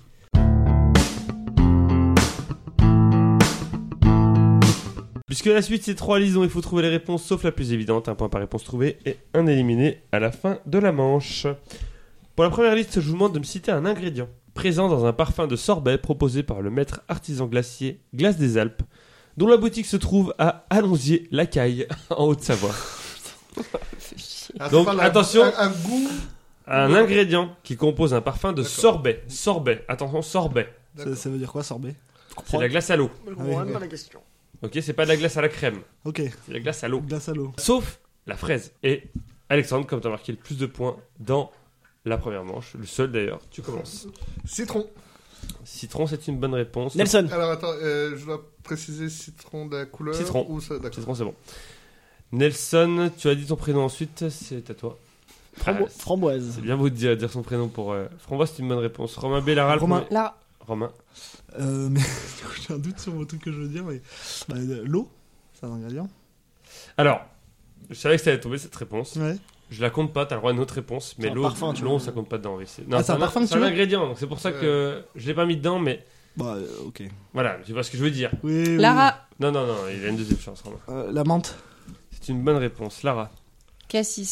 Speaker 1: Puisque la suite c'est 3 lisons, il faut trouver les réponses sauf la plus évidente, un point par réponse trouvée et un éliminé à la fin de la manche. Pour la première liste, je vous demande de me citer un ingrédient présent dans un parfum de sorbet proposé par le maître artisan glacier Glace des Alpes, dont la boutique se trouve à Allonzier-Lacaille, en Haute-Savoie.
Speaker 2: Ah,
Speaker 1: Donc,
Speaker 2: c'est pas
Speaker 1: attention.
Speaker 2: un goût.
Speaker 1: Un ingrédient qui compose un parfum de
Speaker 2: D'accord.
Speaker 1: sorbet. Sorbet, attention, sorbet.
Speaker 5: Ça veut dire quoi, sorbet?
Speaker 1: C'est de la glace à l'eau.
Speaker 3: Je
Speaker 5: comprends
Speaker 3: même
Speaker 5: même
Speaker 3: pas la question.
Speaker 1: Ok, c'est pas de la glace à la crème,
Speaker 5: Ok.
Speaker 1: c'est de la glace à l'eau.
Speaker 5: Glace à l'eau.
Speaker 1: Sauf la fraise. Et Alexandre, comme tu as marqué le plus de points dans la première manche, le seul d'ailleurs, tu commences.
Speaker 2: Citron.
Speaker 1: Citron, c'est une bonne réponse.
Speaker 3: Nelson.
Speaker 2: Alors attends, je dois préciser citron de la couleur.
Speaker 1: Citron.
Speaker 2: Ou ça, d'accord.
Speaker 1: Citron, c'est bon. Nelson, tu as dit ton prénom ensuite, c'est à toi.
Speaker 3: Framboise.
Speaker 1: C'est bien beau de dire son prénom pour... Framboise, c'est une bonne réponse. Romain Bellaral.
Speaker 5: Romain.
Speaker 4: Lara.
Speaker 1: Romain.
Speaker 5: Mais j'ai un doute sur mon truc que je veux dire, mais l'eau, c'est un ingrédient.
Speaker 1: Alors, je savais que ça allait tomber cette réponse.
Speaker 5: Ouais.
Speaker 1: Je la compte pas, t'as le droit à une autre réponse, mais
Speaker 3: un
Speaker 1: l'eau,
Speaker 3: parfum, tu
Speaker 1: l'eau,
Speaker 3: vois.
Speaker 1: ça compte pas dedans. Oui, c'est
Speaker 5: Ah, c'est un parfum que
Speaker 1: c'est
Speaker 5: tu
Speaker 1: un
Speaker 5: veux
Speaker 1: ingrédient, donc c'est pour ça que je l'ai pas mis dedans, mais
Speaker 5: Bah, ok.
Speaker 1: voilà, tu vois ce que je veux dire.
Speaker 5: Oui, oui.
Speaker 4: Lara.
Speaker 1: Non, il a une deuxième chance, Romain.
Speaker 5: La menthe.
Speaker 1: C'est une bonne réponse. Lara.
Speaker 4: Cassis.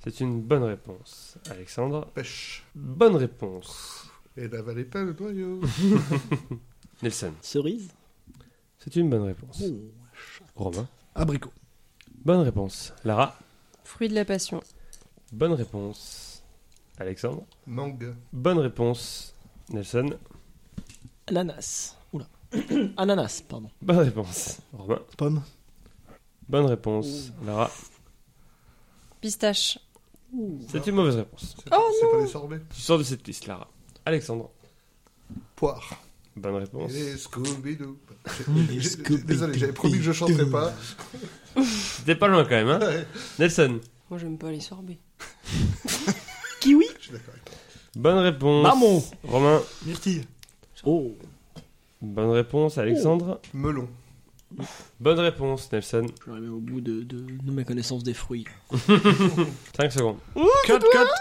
Speaker 1: C'est une bonne réponse. Alexandre.
Speaker 2: Pêche.
Speaker 1: Bonne réponse.
Speaker 2: Et n'avalez pas le noyau.
Speaker 1: Nelson.
Speaker 3: Cerise.
Speaker 1: C'est une bonne réponse. Romain.
Speaker 5: Abricot.
Speaker 1: Bonne réponse. Lara.
Speaker 4: Fruit de la passion.
Speaker 1: Bonne réponse. Alexandre.
Speaker 2: Mangue.
Speaker 1: Bonne réponse. Nelson.
Speaker 3: Ananas. Oula. Ananas, pardon.
Speaker 1: Bonne réponse. Romain.
Speaker 5: Pomme.
Speaker 1: Bonne réponse. Lara.
Speaker 4: Pistache.
Speaker 1: C'est une mauvaise réponse.
Speaker 2: C'est pas les sorbets.
Speaker 1: Tu sors de cette piste, Lara. Alexandre.
Speaker 2: Poire.
Speaker 1: Bonne réponse.
Speaker 2: Et Scooby-Doo.
Speaker 3: Scooby-Doo.
Speaker 2: Désolé, j'avais promis que je chanterais pas.
Speaker 1: C'était pas loin quand même, hein.
Speaker 2: Ouais,
Speaker 1: Nelson.
Speaker 4: Moi, j'aime pas les sorbets.
Speaker 3: Kiwi.
Speaker 2: je suis d'accord avec toi.
Speaker 1: Bonne réponse.
Speaker 3: Maman.
Speaker 1: Romain.
Speaker 5: Myrtille.
Speaker 3: Oh.
Speaker 1: Bonne réponse. Alexandre.
Speaker 2: Melon.
Speaker 1: Bonne réponse. Nelson.
Speaker 3: Je suis arrivé au bout de ma connaissance des fruits.
Speaker 1: 5 secondes.
Speaker 5: Cut.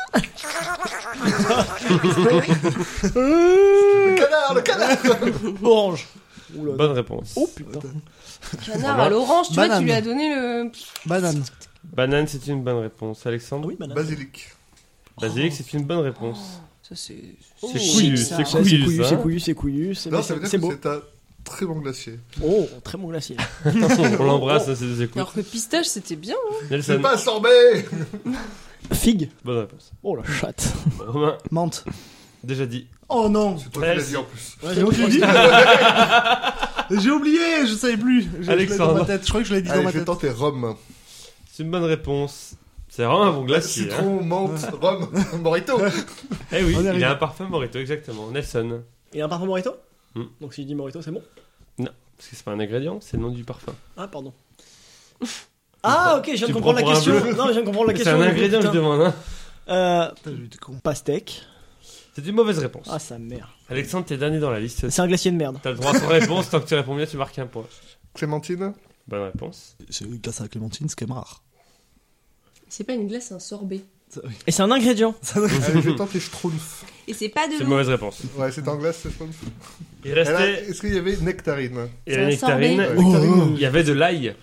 Speaker 2: Le canard.
Speaker 3: Orange. Oula.
Speaker 1: Bonne réponse.
Speaker 3: Oh putain.
Speaker 4: Canard à l'orange, tu vois,
Speaker 5: Banane.
Speaker 4: tu lui as donné le.
Speaker 5: Banane.
Speaker 1: Banane, c'est une bonne réponse. Alexandre.
Speaker 3: Oui, banane.
Speaker 2: Basilic.
Speaker 1: Basilic, c'est une bonne réponse.
Speaker 4: Ça, c'est.
Speaker 1: C'est
Speaker 4: chic,
Speaker 1: couillu,
Speaker 4: ça.
Speaker 1: c'est
Speaker 3: C'est
Speaker 1: couillu,
Speaker 3: couillu,
Speaker 1: ça.
Speaker 3: c'est couillu, c'est couillu, c'est
Speaker 2: Non, ça veut dire
Speaker 3: c'est
Speaker 2: que
Speaker 3: beau.
Speaker 2: c'est un très bon glacier.
Speaker 3: Oh, très bon glacier.
Speaker 1: On l'embrasse, hein, c'est des écoutes.
Speaker 4: Alors que pistache, c'était bien. Hein.
Speaker 2: C'est
Speaker 1: Nelson.
Speaker 2: pas un sorbet.
Speaker 3: Figue.
Speaker 1: Bonne réponse.
Speaker 3: Oh la chatte.
Speaker 1: Romain.
Speaker 5: Menthe.
Speaker 1: Déjà dit.
Speaker 5: Oh non.
Speaker 2: C'est toi qui l'as dit en plus.
Speaker 5: J'ai oublié. J'ai oublié, je savais plus. Je l'ai
Speaker 1: Alexandre.
Speaker 5: dans ma tête. Je croyais que je l'avais dit dans
Speaker 2: Allez,
Speaker 5: ma
Speaker 2: je vais
Speaker 5: tête.
Speaker 2: tenter rhum.
Speaker 1: C'est une bonne réponse. C'est vraiment un bon glacier. Hein.
Speaker 2: Citron, menthe, rhum, morito.
Speaker 1: Eh oui,
Speaker 5: On y
Speaker 1: il
Speaker 5: arrive.
Speaker 1: a un parfum Morito, exactement. Nelson.
Speaker 3: Et un parfum Morito.
Speaker 1: Hmm.
Speaker 3: Donc si je dis Morito, c'est bon.
Speaker 1: Parce que c'est pas un ingrédient, c'est le nom du parfum.
Speaker 3: Ah pardon. Ah ok, je viens de
Speaker 1: Tu
Speaker 3: comprendre la
Speaker 1: prends pour un
Speaker 3: question.
Speaker 1: bleu.
Speaker 3: Non, je viens de comprendre la
Speaker 1: C'est
Speaker 3: question.
Speaker 1: un ingrédient que je
Speaker 3: Putain.
Speaker 1: demande. Hein.
Speaker 5: Putain, j'ai été con.
Speaker 3: Pastèque.
Speaker 1: C'est une mauvaise réponse.
Speaker 3: Ah sa mère.
Speaker 1: Alexandre, t'es dernier dans la liste.
Speaker 3: C'est un glacier de merde.
Speaker 1: T'as le droit à ton réponse, tant que tu réponds bien, tu marques un point.
Speaker 2: Clémentine.
Speaker 1: Bonne réponse.
Speaker 5: C'est grâce à la clémentine, c'est quand même rare.
Speaker 4: C'est pas une glace, c'est un sorbet.
Speaker 3: Et c'est un ingrédient.
Speaker 2: Allez, je vais tenter Schtroumpf.
Speaker 4: Et c'est pas de
Speaker 1: C'est une
Speaker 4: l'eau.
Speaker 1: mauvaise réponse.
Speaker 2: Ouais, c'est en glace, c'est Schtroumpf.
Speaker 1: Il
Speaker 2: Et là,
Speaker 1: restait.
Speaker 2: est-ce qu'il y avait nectarine?
Speaker 1: Et
Speaker 4: C'est
Speaker 1: la
Speaker 4: un
Speaker 1: nectarine.
Speaker 4: sorbet.
Speaker 2: Ouais, nectarine.
Speaker 1: Il y avait de l'ail.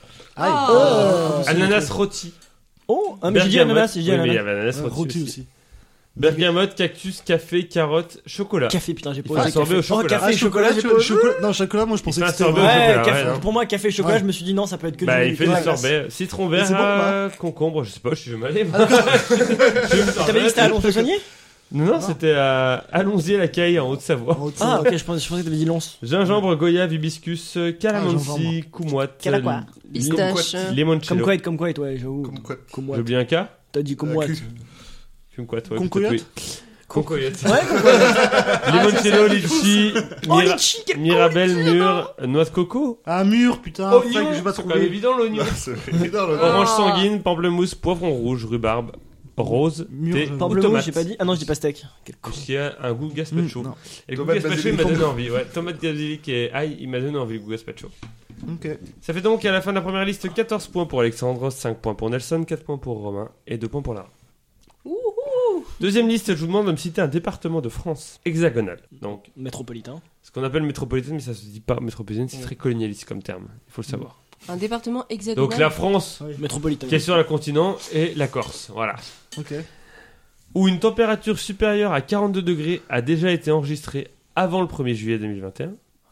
Speaker 4: Oh.
Speaker 1: Ananas rôti.
Speaker 3: Oh, ah, mais j'ai dit
Speaker 1: Bergamote.
Speaker 3: ananas, j'ai dit
Speaker 1: Oui, mais il y
Speaker 3: ananas.
Speaker 1: avait ananas
Speaker 5: Rôti
Speaker 1: rôti
Speaker 5: aussi.
Speaker 1: Bergamote, cactus, café, carotte, chocolat.
Speaker 3: Café, putain, j'ai
Speaker 1: Il
Speaker 3: posé
Speaker 1: fait un sorbet au chocolat.
Speaker 3: Oh, café et chocolat, j'ai
Speaker 5: tu-
Speaker 3: posé.
Speaker 5: Non, chocolat, moi je pensais
Speaker 1: fait
Speaker 5: que
Speaker 1: un
Speaker 5: c'était
Speaker 1: sorbet au
Speaker 5: vrai.
Speaker 1: chocolat.
Speaker 3: Ouais, café-
Speaker 1: non.
Speaker 3: pour moi, café et chocolat,
Speaker 5: Ouais.
Speaker 3: je me suis dit non, ça peut être que
Speaker 1: Bah,
Speaker 3: du
Speaker 1: il fait
Speaker 3: que de
Speaker 1: du
Speaker 3: la glace.
Speaker 1: sorbet. Citron
Speaker 5: Mais c'est bon,
Speaker 1: vert, concombre, je sais pas, je suis jamais allé. moi.
Speaker 3: T'avais dit que c'était à Lons-le-Saunier
Speaker 1: Non, c'était à Allons-y-la-Caille en Haute-Savoie.
Speaker 5: En haute
Speaker 3: Ah,
Speaker 5: Savoie.
Speaker 3: ok, je pensais que t'avais dit Lons.
Speaker 1: Gingembre, goyave, hibiscus, calamansi,
Speaker 5: gingembre.
Speaker 1: coumoite,
Speaker 3: Cala-
Speaker 4: Pistache.
Speaker 1: limoncello.
Speaker 3: Comme quoi, ouais, j'avoue.
Speaker 2: Comme quoi?
Speaker 3: Comme
Speaker 1: J'ai
Speaker 3: moi.
Speaker 1: oublié un cas
Speaker 3: T'as dit comme moi.
Speaker 2: Cul.
Speaker 1: Kumquat, ouais.
Speaker 5: Concoyote.
Speaker 1: peut-être, oui. Concoyote.
Speaker 3: Ouais,
Speaker 1: Limoncello, litchi,
Speaker 3: Oh, litchi, quel
Speaker 1: mirabelle, mûre, noix de coco,
Speaker 5: Un mur, putain.
Speaker 1: oignon,
Speaker 5: Fac, je vais pas
Speaker 1: c'est quand même
Speaker 5: trouver.
Speaker 1: évident l'oignon.
Speaker 2: C'est évident, le
Speaker 1: Orange sanguine, pamplemousse, poivron rouge, rhubarbe, rose,
Speaker 5: Mûre,
Speaker 1: thé,
Speaker 5: j'avoue.
Speaker 1: ou
Speaker 3: Pamplemousse,
Speaker 1: tomate.
Speaker 3: j'ai pas dit. Ah non, je dis pastèque. Quel con.
Speaker 1: Parce qu'il y a un goût gazpacho.
Speaker 5: Non.
Speaker 1: Et le goût
Speaker 2: Tomate,
Speaker 1: gazpacho, il m'a
Speaker 2: basilic.
Speaker 1: donné envie. Ouais, tomate, basilic et ail, il m'a donné envie le goût gazpacho.
Speaker 5: Ok.
Speaker 1: Ça fait donc à la fin de la première liste 14 points pour Alexandre, 5 points pour Nelson, 4 points pour Romain et 2 points pour Lara. Deuxième liste, je vous demande de me citer un département de France hexagonal. Donc,
Speaker 3: Métropolitain.
Speaker 1: ce qu'on appelle métropolitaine, mais ça se dit pas métropolitaine, c'est très colonialiste comme terme. Il faut le savoir.
Speaker 4: Un département hexagonal.
Speaker 1: Donc la France,
Speaker 3: Métropolitain.
Speaker 1: qui est sur le continent, et la Corse. Voilà.
Speaker 5: Ok.
Speaker 1: Où une température supérieure à 42 degrés a déjà été enregistrée avant le 1er juillet 2021.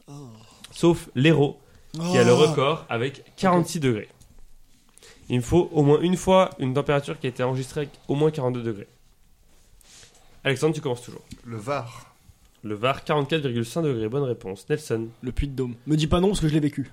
Speaker 1: Sauf l'Hérault, qui a le record avec 46 degrés. Il me faut au moins une fois une température qui a été enregistrée avec au moins 42 degrés. Alexandre, tu commences toujours.
Speaker 2: Le Var.
Speaker 1: Le Var, 44,5 degrés. Bonne réponse. Nelson.
Speaker 3: Le Puy-de-Dôme. Me dis pas non parce que je l'ai vécu.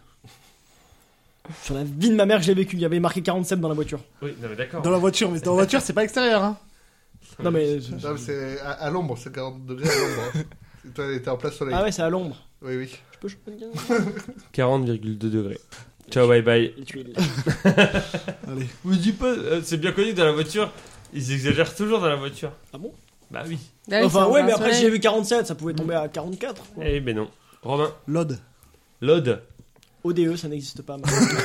Speaker 3: Sur la vie de ma mère, je l'ai vécu. Il y avait marqué 47 dans la voiture.
Speaker 1: Oui, non mais d'accord.
Speaker 5: Dans la voiture, mais dans la voiture, c'est pas extérieur, hein.
Speaker 3: Non mais.
Speaker 2: Non, mais c'est à l'ombre, c'est 40 degrés à l'ombre. hein. Toi, t'es en plein soleil.
Speaker 3: Ah ouais, c'est à l'ombre.
Speaker 2: Oui, oui.
Speaker 3: Je peux choper
Speaker 1: 40,2 degrés. Ciao, bye bye.
Speaker 3: les tuiles.
Speaker 5: Allez.
Speaker 1: Me dis pas, c'est bien connu que dans la voiture, ils exagèrent toujours dans la voiture.
Speaker 3: Ah bon?
Speaker 1: Bah oui.
Speaker 4: Ah oui,
Speaker 3: Enfin
Speaker 4: c'est
Speaker 3: ouais,
Speaker 4: un
Speaker 3: mais après
Speaker 4: soleil.
Speaker 3: si j'ai vu 47, ça pouvait tomber à 44.
Speaker 1: Eh ben non. Romain.
Speaker 5: L'Aude.
Speaker 1: L'Aude.
Speaker 3: ODE, ça n'existe pas.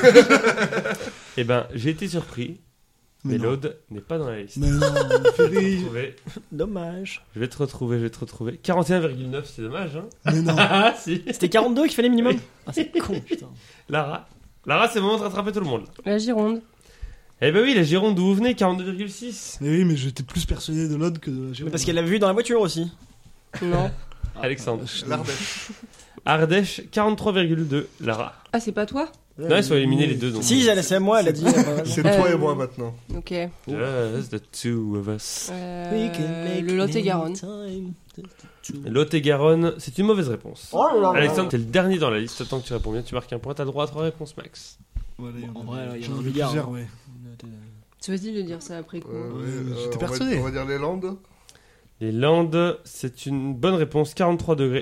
Speaker 1: Eh ben, j'ai été surpris, mais
Speaker 5: non.
Speaker 1: l'Aude n'est pas dans la liste.
Speaker 5: Mais non,
Speaker 1: Je vais te
Speaker 5: Félix.
Speaker 1: retrouver.
Speaker 3: Dommage.
Speaker 1: Je vais te retrouver. 41,9, c'est dommage, hein.
Speaker 5: Mais non.
Speaker 1: Ah, si.
Speaker 3: C'était 42 qu'il fallait minimum. Ah c'est con putain.
Speaker 1: Lara. Lara, c'est le moment de rattraper tout le monde.
Speaker 4: La Gironde.
Speaker 1: Eh ben oui, la Gironde d'où vous venez, 42,6.
Speaker 5: Mais oui, mais j'étais plus persuadé de l'Aude que de la
Speaker 3: Mais
Speaker 5: Gironde.
Speaker 3: parce qu'elle l'avait vu dans la voiture aussi.
Speaker 4: Non.
Speaker 1: Alexandre.
Speaker 2: L'Ardèche.
Speaker 1: Ardèche, 43,2. Lara.
Speaker 4: Ah, c'est pas toi?
Speaker 1: Non, ils sont éliminés les deux. Donc.
Speaker 3: Si, c'est moi, elle a dit.
Speaker 2: C'est toi et moi maintenant.
Speaker 4: Ok.
Speaker 1: Just the two of us.
Speaker 4: Le Lot-et-Garonne.
Speaker 1: Lot-et-Garonne, c'est une mauvaise réponse.
Speaker 3: Oh là là.
Speaker 1: Alexandre, t'es le dernier dans la liste. Tant que tu réponds bien, tu marques un point. T'as droit à 3 réponses max.
Speaker 5: Voilà, il y
Speaker 3: En vrai, là, il y en a
Speaker 5: j'en
Speaker 3: un
Speaker 5: avais
Speaker 3: milliard,
Speaker 5: plusieurs,
Speaker 3: hein.
Speaker 5: ouais.
Speaker 4: C'est facile de dire ça après quoi.
Speaker 5: j'étais
Speaker 2: on
Speaker 5: persuadé.
Speaker 2: on va dire les Landes.
Speaker 1: Les Landes, c'est une bonne réponse. 43 degrés.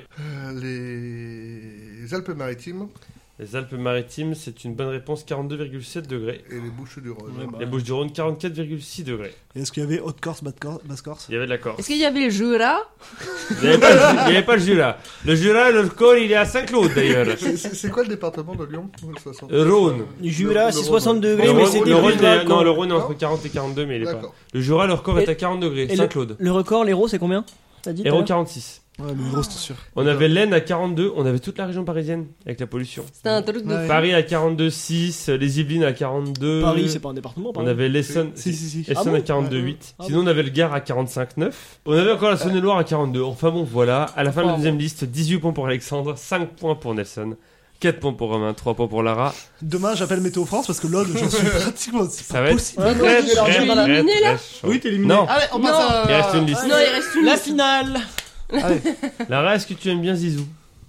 Speaker 2: Les Alpes-Maritimes
Speaker 1: Les Alpes-Maritimes, c'est une bonne réponse. 42,7 degrés.
Speaker 2: et les Bouches-du-Rhône.
Speaker 3: Ouais, bah.
Speaker 1: Les Bouches-du-Rhône, 44,6 degrés.
Speaker 5: Et est-ce qu'il y avait Haute-Corse, Basse-Corse?
Speaker 1: Il y avait de la Corse.
Speaker 4: Est-ce qu'il y avait le Jura?
Speaker 1: Il n'y avait pas le Jura. Le Jura, le score, il est à Saint-Claude d'ailleurs.
Speaker 2: C'est quoi le département de Lyon? 60.
Speaker 1: Rhône.
Speaker 3: Jura, c'est
Speaker 2: Le
Speaker 3: 60 degrés,
Speaker 1: Le
Speaker 3: mais
Speaker 1: Rhône,
Speaker 3: c'est
Speaker 1: le Rhône
Speaker 3: début
Speaker 1: est- non, le Rhône est entre
Speaker 2: Non
Speaker 1: 40 et 42, mais il est pas.
Speaker 2: D'accord.
Speaker 1: Le Jura, le record est
Speaker 3: Et-
Speaker 1: à 40 degrés.
Speaker 3: et
Speaker 1: Saint-Claude.
Speaker 3: Le record, l'Hérault, c'est combien? T'as dit tout à
Speaker 1: Hérault,
Speaker 3: l'heure
Speaker 1: 46.
Speaker 5: Ouais, le Hérault, c'était sûr.
Speaker 1: On avait l'Aisne à 42. On avait toute la région parisienne avec la pollution.
Speaker 4: C'était un truc de
Speaker 5: Ouais.
Speaker 4: fou.
Speaker 1: Paris à 42,6. Les Yvelines à 42.
Speaker 3: Paris, c'est pas un département,
Speaker 1: On
Speaker 3: Paris.
Speaker 1: avait l'Essonne.
Speaker 5: Si.
Speaker 1: Essonne
Speaker 3: Ah bon
Speaker 1: à 42,8.
Speaker 3: Ah
Speaker 1: Sinon, on avait le Gard à 45,9. On avait encore la Saône-et-Loire à 42. Enfin bon, voilà. À la fin de la
Speaker 4: Oh.
Speaker 1: deuxième liste, 18 points pour Alexandre, 5 points pour Nelson, 4 points pour Romain, 3 points pour Lara.
Speaker 5: Demain, j'appelle Météo France parce que l'Aude, j'en suis pratiquement. C'est
Speaker 1: Ça
Speaker 5: pas
Speaker 1: va être
Speaker 5: possible.
Speaker 3: Ouais, non,
Speaker 1: très,
Speaker 3: je vais leur
Speaker 1: très,
Speaker 3: dire
Speaker 1: très,
Speaker 3: dans la-
Speaker 1: très,
Speaker 4: éliminé, là
Speaker 1: chaud.
Speaker 5: Oui, t'es éliminé.
Speaker 1: Non.
Speaker 5: Allez, on passe
Speaker 4: Non.
Speaker 5: à.
Speaker 1: Il reste une liste.
Speaker 4: Non, il reste une
Speaker 3: La
Speaker 4: liste.
Speaker 3: finale.
Speaker 5: Allez.
Speaker 1: Lara, est-ce que tu aimes bien Zizou?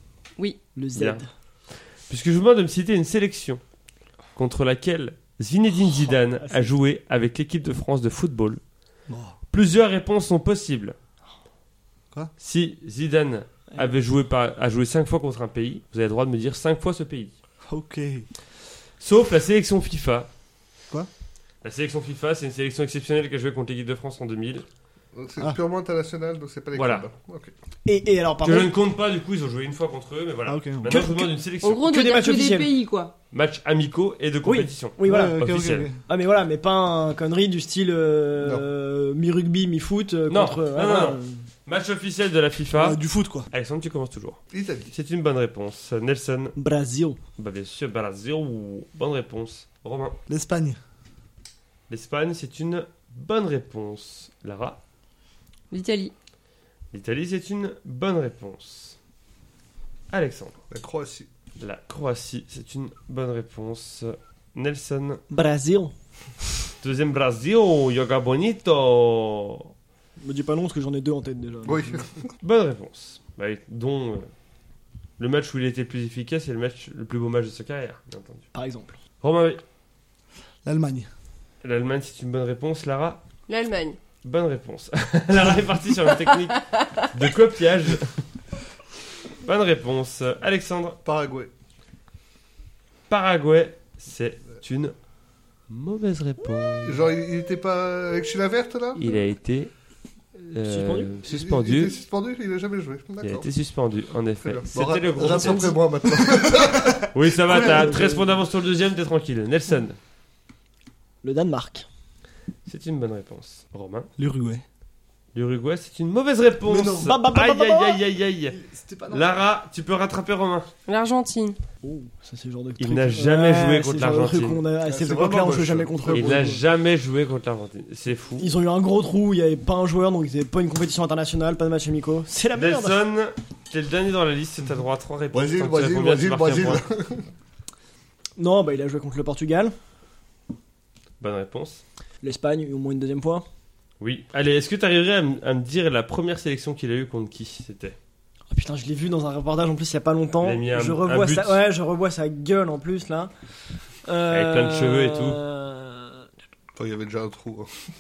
Speaker 3: Le Z.
Speaker 1: Bien. Puisque je vous demande de me citer une sélection contre laquelle Zinedine Zidane a joué avec l'équipe de France de football.
Speaker 5: Bon.
Speaker 1: Plusieurs réponses sont possibles.
Speaker 5: Quoi?
Speaker 1: Si Zidane a joué 5 fois contre un pays, vous avez le droit de me dire 5 fois ce pays.
Speaker 5: Ok.
Speaker 1: Sauf la sélection FIFA.
Speaker 5: Quoi?
Speaker 1: La sélection FIFA, c'est une sélection exceptionnelle qui a joué contre l'équipe de France en 2000.
Speaker 2: Donc c'est
Speaker 5: Ah.
Speaker 2: purement international, donc c'est pas les
Speaker 1: Voilà.
Speaker 2: clubs. Ok.
Speaker 3: Et alors,
Speaker 1: Que
Speaker 3: pardon.
Speaker 1: je ne compte pas, du coup, ils ont joué une fois contre eux, mais voilà.
Speaker 5: Ah, ok.
Speaker 1: Maintenant,
Speaker 3: Que-
Speaker 1: je vous demande une
Speaker 4: En
Speaker 1: sélection.
Speaker 4: gros, on
Speaker 3: Que
Speaker 4: doit
Speaker 3: des
Speaker 4: dire
Speaker 3: matchs
Speaker 4: que des
Speaker 3: officiels.
Speaker 4: pays quoi.
Speaker 1: Matchs amicaux et de compétition.
Speaker 3: Oui, voilà.
Speaker 5: Ouais, ok,
Speaker 1: Officiel.
Speaker 5: ok.
Speaker 3: Ah, mais voilà, mais pas un connerie du style mi-rugby, mi-foot
Speaker 1: Non,
Speaker 3: contre.
Speaker 1: non, non. Match officiel de la FIFA.
Speaker 5: Du foot, quoi.
Speaker 1: Alexandre, tu commences toujours.
Speaker 2: Italie.
Speaker 1: C'est une bonne réponse. Nelson,
Speaker 3: Brasil.
Speaker 1: bah bien sûr, Brazil, bonne réponse. Romain,
Speaker 5: L'Espagne.
Speaker 1: l'Espagne, c'est une bonne réponse. Lara,
Speaker 4: L'Italie.
Speaker 1: l'Italie, c'est une bonne réponse. Alexandre,
Speaker 2: La Croatie.
Speaker 1: la Croatie, c'est une bonne réponse. Nelson,
Speaker 3: Brasil.
Speaker 1: deuxième Brésil, yoga bonito.
Speaker 3: Me dis pas non parce que j'en ai deux en tête déjà.
Speaker 2: Oui.
Speaker 1: Bonne réponse. Bah, dont le match où il était le plus efficace et le plus beau match de sa carrière, bien entendu.
Speaker 3: Par exemple.
Speaker 1: Romain,
Speaker 5: L'Allemagne.
Speaker 1: l'Allemagne, c'est une bonne réponse. Lara,
Speaker 4: L'Allemagne.
Speaker 1: bonne réponse. Lara est partie sur une technique de copiage. Bonne réponse. Alexandre,
Speaker 2: Paraguay.
Speaker 1: Paraguay, c'est une mauvaise réponse.
Speaker 2: Genre, il était pas avec Chila Verte là
Speaker 1: Il a été
Speaker 3: Suspendu
Speaker 2: Il était
Speaker 1: suspendu.
Speaker 2: suspendu, il a jamais joué.
Speaker 1: Il a
Speaker 2: D'accord.
Speaker 1: été suspendu, en
Speaker 2: Très
Speaker 1: effet.
Speaker 2: bien.
Speaker 1: C'était
Speaker 2: Bon,
Speaker 1: le gros
Speaker 2: rate
Speaker 1: sens.
Speaker 2: après moi maintenant.
Speaker 1: Oui, ça va, t'as 13 points d'avance sur le deuxième, t'es tranquille. Nelson,
Speaker 3: Le Danemark.
Speaker 1: c'est une bonne réponse. Romain,
Speaker 5: L'Uruguay.
Speaker 1: l'Uruguay, c'est une mauvaise réponse.
Speaker 5: Mais non.
Speaker 3: Bah, bah, bah,
Speaker 1: Aïe,
Speaker 3: bah, bah,
Speaker 1: aïe, aïe, aïe, aïe.
Speaker 5: C'était pas
Speaker 1: Lara, tu peux rattraper Romain.
Speaker 4: L'Argentine.
Speaker 3: Oh, ça c'est le genre de
Speaker 1: Il
Speaker 3: truc.
Speaker 1: n'a jamais joué
Speaker 3: c'est
Speaker 1: contre
Speaker 3: le genre de truc
Speaker 1: l'Argentine.
Speaker 3: qu'on a- À
Speaker 2: C'est
Speaker 3: cette époque-là,
Speaker 2: vraiment
Speaker 3: on joue
Speaker 2: moche.
Speaker 3: jamais contre eux.
Speaker 1: Il
Speaker 3: pour
Speaker 1: n'a
Speaker 3: le coup.
Speaker 1: jamais joué contre l'Argentine. C'est fou.
Speaker 3: Ils ont eu un gros trou, il n'y avait pas un joueur, donc ils n'avaient pas une compétition internationale, pas de match amicaux. C'est la merde.
Speaker 1: Nelson, t'es le dernier dans la liste, t'as droit à 3 réponses.
Speaker 2: Brésil,
Speaker 1: Tant que tu
Speaker 2: Brésil,
Speaker 1: réponds bien, tu
Speaker 2: Brésil,
Speaker 1: marques un
Speaker 2: Brésil.
Speaker 1: point.
Speaker 3: Non, bah il a joué contre le Portugal,
Speaker 1: Bonne réponse.
Speaker 3: l'Espagne, au moins une deuxième fois.
Speaker 1: Oui. Allez, est-ce que tu arriverais à me dire la première sélection qu'il a eue contre qui c'était?
Speaker 3: Oh, putain, je l'ai vu dans un reportage en plus il y a pas longtemps.
Speaker 1: Il a mis un-
Speaker 3: je
Speaker 1: un
Speaker 3: revois
Speaker 1: but.
Speaker 3: ça, ouais, je revois sa gueule en plus là.
Speaker 1: Avec plein de cheveux et tout.
Speaker 2: Attends, il y avait déjà un trou. hein.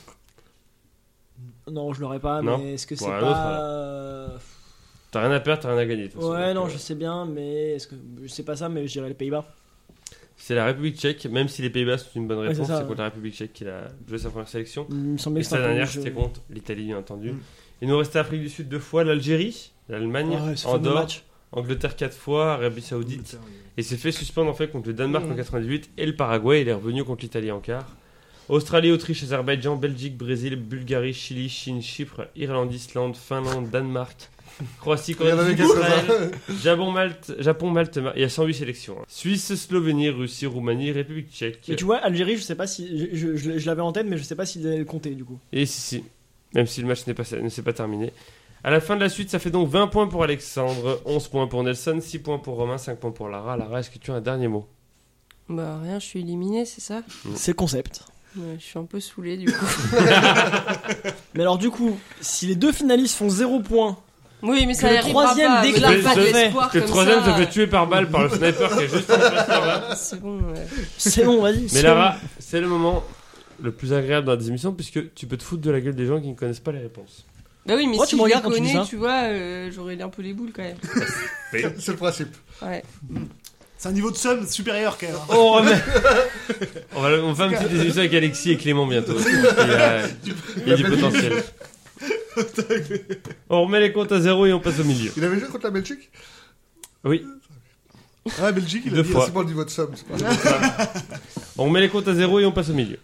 Speaker 3: Non, je l'aurais pas,
Speaker 1: Non.
Speaker 3: mais est-ce que c'est
Speaker 1: Bon, un
Speaker 3: pas.
Speaker 1: T'as rien à perdre, t'as rien à gagner. de toute façon.
Speaker 3: Ouais,
Speaker 1: Donc,
Speaker 3: non, je sais bien, mais est-ce que je sais pas ça, mais je dirais les Pays-Bas.
Speaker 1: C'est la République tchèque, même si les Pays-Bas sont une bonne
Speaker 3: Ouais,
Speaker 1: réponse,
Speaker 3: c'est ça,
Speaker 1: c'est contre
Speaker 3: ouais.
Speaker 1: la République tchèque qu'il a joué sa première sélection.
Speaker 3: Il me semblait
Speaker 1: Et
Speaker 3: que
Speaker 1: sa
Speaker 3: c'était un peu
Speaker 1: dernière,
Speaker 3: le jeu.
Speaker 1: c'était contre l'Italie, bien entendu.
Speaker 5: Mm.
Speaker 1: Il nous restait l'Afrique du Sud 2 fois, l'Algérie, l'Allemagne,
Speaker 3: Ouais, ce fameux
Speaker 1: Andorre,
Speaker 3: match.
Speaker 1: Angleterre 4 fois, Arabie Saoudite. Et s'est fait suspendre en fait contre le Danemark en 98 et le Paraguay. Il est revenu contre l'Italie en quart. Australie, Autriche, Azerbaïdjan, Belgique, Brésil, Bulgarie, Chili, Chine, Chypre, Irlande, Islande, Finlande, Danemark, Croatie, Corée du Sud, Israël, Japon, Malte, il y a 108 sélections. Hein. Suisse, Slovénie, Russie, Roumanie, République tchèque.
Speaker 3: Mais tu vois, Algérie, je sais pas si. Je l'avais en tête, mais je sais pas s'ils allaient le compter du coup.
Speaker 1: Et si. Même si le match ne s'est pas terminé. À la fin de la suite, ça fait donc 20 points pour Alexandre, 11 points pour Nelson, 6 points pour Romain, 5 points pour Lara. Lara, est-ce que tu as un dernier mot?
Speaker 4: Bah rien, je suis éliminé, c'est ça?
Speaker 3: C'est le concept.
Speaker 4: Ouais, je suis un peu saoulé du coup.
Speaker 3: Mais alors, du coup, si les deux finalistes font 0 points.
Speaker 4: Oui, mais ça
Speaker 3: Le
Speaker 4: arrivera
Speaker 3: troisième
Speaker 4: pas.
Speaker 3: déclare
Speaker 4: Mais
Speaker 3: pas
Speaker 4: de
Speaker 3: de
Speaker 4: l'espoir
Speaker 1: Le
Speaker 4: comme
Speaker 1: troisième
Speaker 4: ça.
Speaker 1: se fait tuer par balle par le sniper qui est juste en face là-bas.
Speaker 4: C'est bon, ouais.
Speaker 3: C'est bon, vas-y.
Speaker 1: Mais
Speaker 3: c'est
Speaker 1: Lara, c'est le moment le plus agréable dans des émissions puisque tu peux te foutre de la gueule des gens qui ne connaissent pas les réponses.
Speaker 4: Bah oui, mais
Speaker 3: Oh,
Speaker 4: si
Speaker 3: tu me
Speaker 4: je les
Speaker 3: regardes quand tu dis
Speaker 4: connais,
Speaker 3: ça.
Speaker 4: tu vois, j'aurais un peu les boules quand même.
Speaker 2: C'est le principe.
Speaker 4: Ouais.
Speaker 5: C'est un niveau de somme supérieur quand même.
Speaker 1: Oh, on fait une petite émission avec Alexis et Clément bientôt. Il y a du potentiel. On remet les comptes à 0 et on passe au milieu.
Speaker 2: Il avait joué contre la Belgique?
Speaker 1: Oui,
Speaker 5: Ouais, Belgique, il a
Speaker 1: Deux
Speaker 5: dit.
Speaker 1: fois.
Speaker 2: C'est pas le niveau de somme. C'est pas...
Speaker 1: on remet les comptes à 0 et on passe au milieu.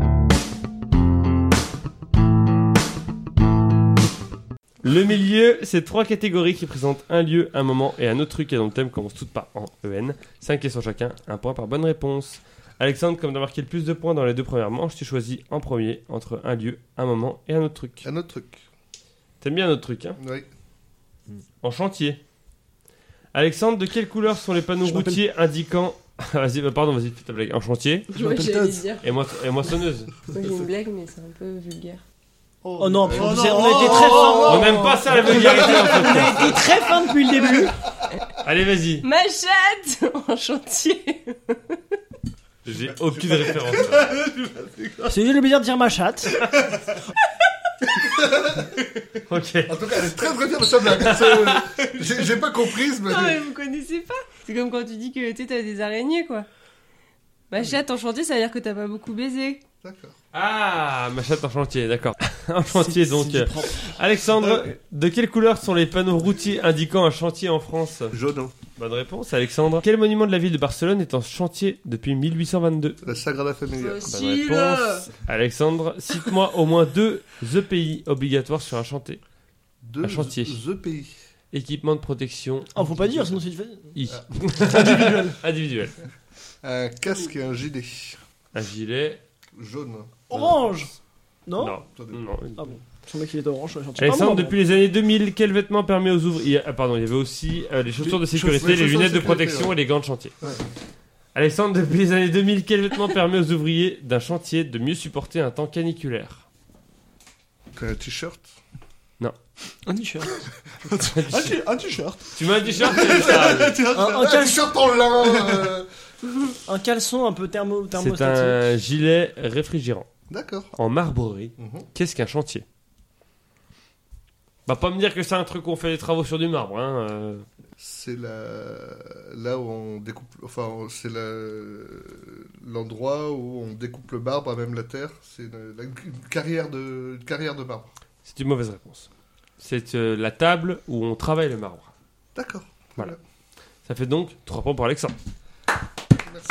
Speaker 1: Le milieu, c'est 3 catégories qui présentent un lieu, un moment et un autre truc et dont le thème commence toutes par en EN. 5 questions chacun, 1 point par bonne réponse. Alexandre, comme tu as marqué le plus de points dans les 2 premières manches, tu choisis en premier entre un lieu, un moment et un autre truc.
Speaker 2: Un autre truc.
Speaker 1: T'aimes bien un autre truc, hein?
Speaker 2: Oui.
Speaker 1: En chantier. Alexandre, de quelle couleur sont les panneaux
Speaker 3: Je m'appelle-
Speaker 1: routiers indiquant... Vas-y, vas-y, fais ta blague. En chantier
Speaker 5: Je m'appelle Taz.
Speaker 4: dire.
Speaker 1: et moissonneuse.
Speaker 4: Moi j'ai une blague, mais c'est un peu vulgaire.
Speaker 3: Oh non,
Speaker 5: Oh
Speaker 3: on
Speaker 5: non,
Speaker 3: a été très fin.
Speaker 1: On n'aime pas ça, la vulgarité, en fait.
Speaker 3: On a été très fin depuis le début.
Speaker 1: Allez, vas-y.
Speaker 4: Ma chatte en chantier.
Speaker 1: J'ai aucune référence.
Speaker 3: C'est le plaisir de dire ma chatte.
Speaker 1: Ok.
Speaker 2: En tout cas, elle est très très bien de sa blague. J'ai pas comprise, mais.
Speaker 4: Non mais vous connaissez pas. C'est comme quand tu dis que tu sais, t'as des araignées quoi. Ma chatte en chantier, ça veut dire que t'as pas beaucoup baisé.
Speaker 2: D'accord.
Speaker 1: Ah, ma chatte en chantier, d'accord. En chantier, donc.
Speaker 3: C'est du propre.
Speaker 1: Alexandre, de quelle couleur sont les panneaux routiers indiquant un chantier en France?
Speaker 2: Jaune.
Speaker 1: Bonne réponse, Alexandre. Quel monument de la ville de Barcelone est en chantier depuis 1822?
Speaker 2: La Sagrada Familia.
Speaker 1: Bonne
Speaker 4: Facile.
Speaker 1: réponse. Alexandre, cite-moi au moins 2 EPI obligatoires sur un chantier.
Speaker 2: Deux
Speaker 1: Un chantier.
Speaker 2: The pays.
Speaker 1: Équipement de protection
Speaker 3: Oh, faut pas dire, sinon c'est difficile.
Speaker 1: I. Individuel.
Speaker 2: Un casque et un gilet.
Speaker 1: Un gilet.
Speaker 2: Jaune.
Speaker 3: Orange. Non.
Speaker 1: Non.
Speaker 2: Attendez.
Speaker 1: Non.
Speaker 3: Ah bon. Je mec qu'il était orange sur le chantier.
Speaker 1: Alexandre,
Speaker 3: Ah bon,
Speaker 1: depuis les années 2000, quel vêtement permet aux ouvriers... Ah pardon, il y avait aussi les chaussures de sécurité,
Speaker 2: les
Speaker 1: les
Speaker 2: chaussures
Speaker 1: lunettes
Speaker 2: de
Speaker 1: de
Speaker 2: sécurité,
Speaker 1: protection
Speaker 2: ouais.
Speaker 1: et les gants de chantier.
Speaker 2: Ouais.
Speaker 1: Alexandre, depuis les années 2000, quel vêtement permet aux ouvriers d'un chantier de mieux supporter un temps caniculaire?
Speaker 2: Un t-shirt.
Speaker 3: Un t-shirt.
Speaker 5: Un t-shirt.
Speaker 1: Tu mets un t-shirt c'est ça.
Speaker 3: Un
Speaker 2: Un
Speaker 3: caleçon,
Speaker 2: t-shirt en lin.
Speaker 3: un caleçon un peu
Speaker 1: C'est
Speaker 3: thermostatique.
Speaker 1: un gilet réfrigérant.
Speaker 2: D'accord.
Speaker 1: En marbrerie,
Speaker 2: Mhm.
Speaker 1: qu'est-ce qu'un chantier? Bah pas me dire que c'est un truc où on fait des travaux sur du marbre, hein.
Speaker 2: C'est là où on découpe. Enfin, c'est l'endroit où on découpe le marbre à même la terre. C'est une carrière de marbre.
Speaker 1: C'est une mauvaise réponse. C'est la table où on travaille le marbre.
Speaker 2: D'accord.
Speaker 1: Voilà. Ça fait donc 3 points pour Alexandre.
Speaker 2: Merci.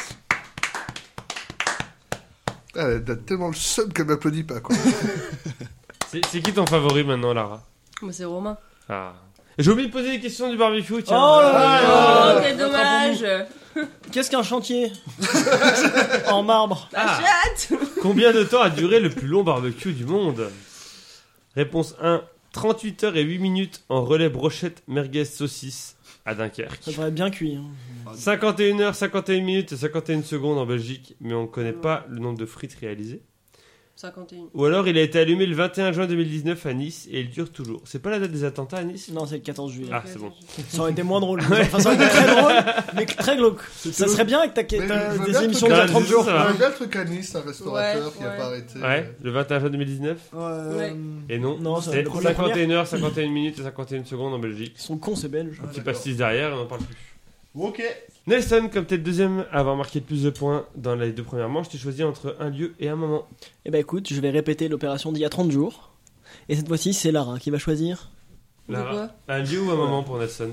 Speaker 2: Ah, elle a tellement le seum qu'elle m'applaudit pas, quoi.
Speaker 1: C'est qui ton favori maintenant, Lara?
Speaker 4: Moi c'est Romain.
Speaker 1: Ah. J'ai oublié de poser des questions du barbecue, tiens.
Speaker 3: Oh là là.
Speaker 4: Oh, quel dommage.
Speaker 3: Qu'est-ce qu'un chantier en marbre?
Speaker 4: Ma
Speaker 1: Ah.
Speaker 4: chatte.
Speaker 1: Combien de temps a duré le plus long barbecue du monde? Réponse 1, 38 heures et 8 minutes en relais brochette merguez saucisse à Dunkerque.
Speaker 3: Ça devrait être bien cuit. Hein.
Speaker 1: 51 heures, 51 minutes et 51 secondes en Belgique, mais on ne connaît pas le nombre de frites réalisées.
Speaker 4: 51.
Speaker 1: Ou alors il a été allumé le 21 juin 2019 à Nice et il dure toujours. C'est pas la date des attentats à Nice?
Speaker 3: Non, c'est le 14 juillet.
Speaker 1: Ah, c'est bon.
Speaker 3: Ça aurait été moins drôle. Enfin, ça aurait été très drôle, mais très glauque. Ça serait bien avec
Speaker 2: Mais je veux
Speaker 3: des
Speaker 2: bien
Speaker 3: émissions
Speaker 1: que
Speaker 3: de
Speaker 1: tu-
Speaker 3: 30 jours.
Speaker 1: Ça va.
Speaker 2: On a bien le truc à Nice, un restaurateur
Speaker 4: Ouais,
Speaker 2: qui a
Speaker 4: ouais.
Speaker 2: pas arrêté.
Speaker 1: Ouais, le 21 juin 2019.
Speaker 4: Ouais.
Speaker 1: Et non,
Speaker 3: Non, ça va
Speaker 1: c'est
Speaker 3: être la première.
Speaker 1: 51 heures, 51 minutes et 51 secondes en Belgique.
Speaker 3: Ils sont cons, c'est belge.
Speaker 1: Un petit pastis derrière et on n'en parle plus.
Speaker 5: Ok.
Speaker 1: Nelson, comme t'es le deuxième à avoir marqué le plus de points dans les 2 premières manches, tu choisis entre un lieu et un moment.
Speaker 3: Eh ben écoute, je vais répéter l'opération d'il y a 30 jours. Et cette fois-ci, c'est Lara qui va choisir.
Speaker 4: De
Speaker 1: Lara,
Speaker 4: quoi
Speaker 1: un lieu ou un moment pour Nelson?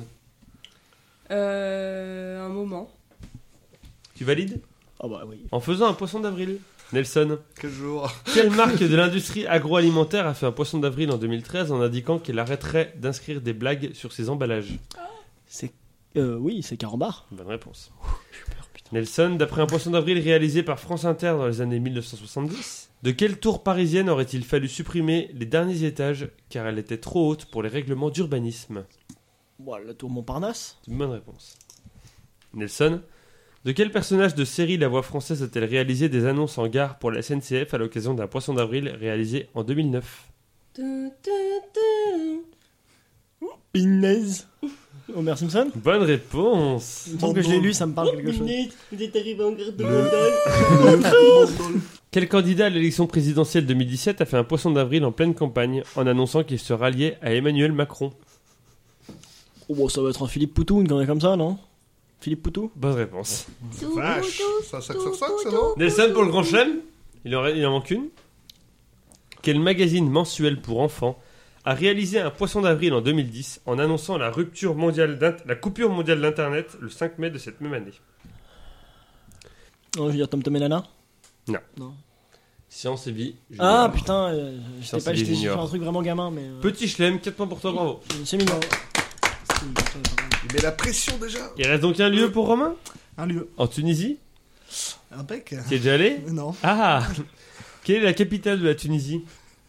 Speaker 4: Un moment.
Speaker 1: Tu valides?
Speaker 3: Ah bah oui.
Speaker 1: En faisant un poisson d'avril. Nelson.
Speaker 2: Quel jour.
Speaker 1: Quelle marque de l'industrie agroalimentaire a fait un poisson d'avril en 2013 en indiquant qu'elle arrêterait d'inscrire des blagues sur ses emballages?
Speaker 3: Oui, c'est Carambar.
Speaker 1: Bonne réponse. Nelson, d'après un poisson d'avril réalisé par France Inter dans les années 1970, de quelle tour parisienne aurait-il fallu supprimer les derniers étages car elle était trop haute pour les règlements d'urbanisme?
Speaker 3: Bon, la tour Montparnasse.
Speaker 1: C'est une bonne réponse. Nelson, de quel personnage de série la voix française a-t-elle réalisé des annonces en gare pour la SNCF à l'occasion d'un poisson d'avril réalisé en 2009?
Speaker 3: Pinez. Homer Simpson.
Speaker 1: Bonne réponse.
Speaker 3: Il me semble que je l'ai lu, ça me parle quelque chose.
Speaker 4: Vous êtes arrivé en garde de
Speaker 1: Quel candidat à l'élection présidentielle 2017 a fait un poisson d'avril en pleine campagne en annonçant qu'il se ralliait à Emmanuel Macron?
Speaker 3: Oh, bon, ça va être un Philippe Poutou, une connerie comme ça, non? Philippe Poutou.
Speaker 1: Bonne réponse.
Speaker 2: Vache, c'est un 5 sur 5, ça, non?
Speaker 1: Nelson pour le grand chelem. Il en manque une. Quel magazine mensuel pour enfants a réalisé un poisson d'avril en 2010 en annonçant la coupure mondiale d'Internet le 5 mai de cette même année?
Speaker 3: Non, je veux dire Tom Tom et Nana.
Speaker 1: Science et vie.
Speaker 3: Ah
Speaker 1: junior.
Speaker 3: putain,
Speaker 1: Science
Speaker 3: j'étais
Speaker 1: et vie
Speaker 3: sur
Speaker 1: junior.
Speaker 3: un truc vraiment gamin, mais.
Speaker 1: Petit chelem, 4 points pour toi, bravo.
Speaker 3: C'est mignon.
Speaker 2: Il met la pression déjà.
Speaker 1: Il reste donc un lieu pour Romain
Speaker 5: Un lieu.
Speaker 1: en Tunisie.
Speaker 5: Impec.
Speaker 1: T'y es déjà allé?
Speaker 5: Non.
Speaker 1: Ah. Quelle est la capitale de la Tunisie?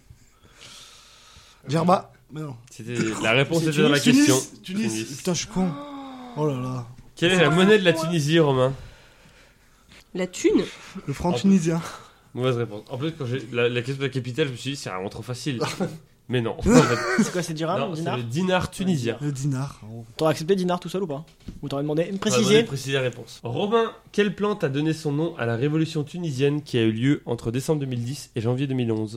Speaker 5: Djerba. Mais non.
Speaker 1: C'était la réponse
Speaker 3: C'est
Speaker 1: était dans la
Speaker 5: Tunis.
Speaker 1: question.
Speaker 5: Tunis. Putain, je suis con. Oh là là.
Speaker 1: Quelle est la monnaie de la Tunisie, Romain?
Speaker 4: La thune.
Speaker 5: Le franc tunisien.
Speaker 1: Mauvaise réponse. En plus, quand j'ai la question de la capitale, je me suis dit c'est vraiment trop facile. Mais non. En fait,
Speaker 3: C'est quoi, c'est dirham,
Speaker 1: non, c'est
Speaker 3: dinar?
Speaker 1: le dinar tunisien.
Speaker 5: Le dinar. Oh.
Speaker 3: T'aurais accepté dinar tout seul ou pas? Ou t'aurais demandé
Speaker 1: On va
Speaker 3: préciser?
Speaker 1: préciser la réponse. Romain, quelle plante a donné son nom à la révolution tunisienne qui a eu lieu entre décembre 2010 et janvier 2011?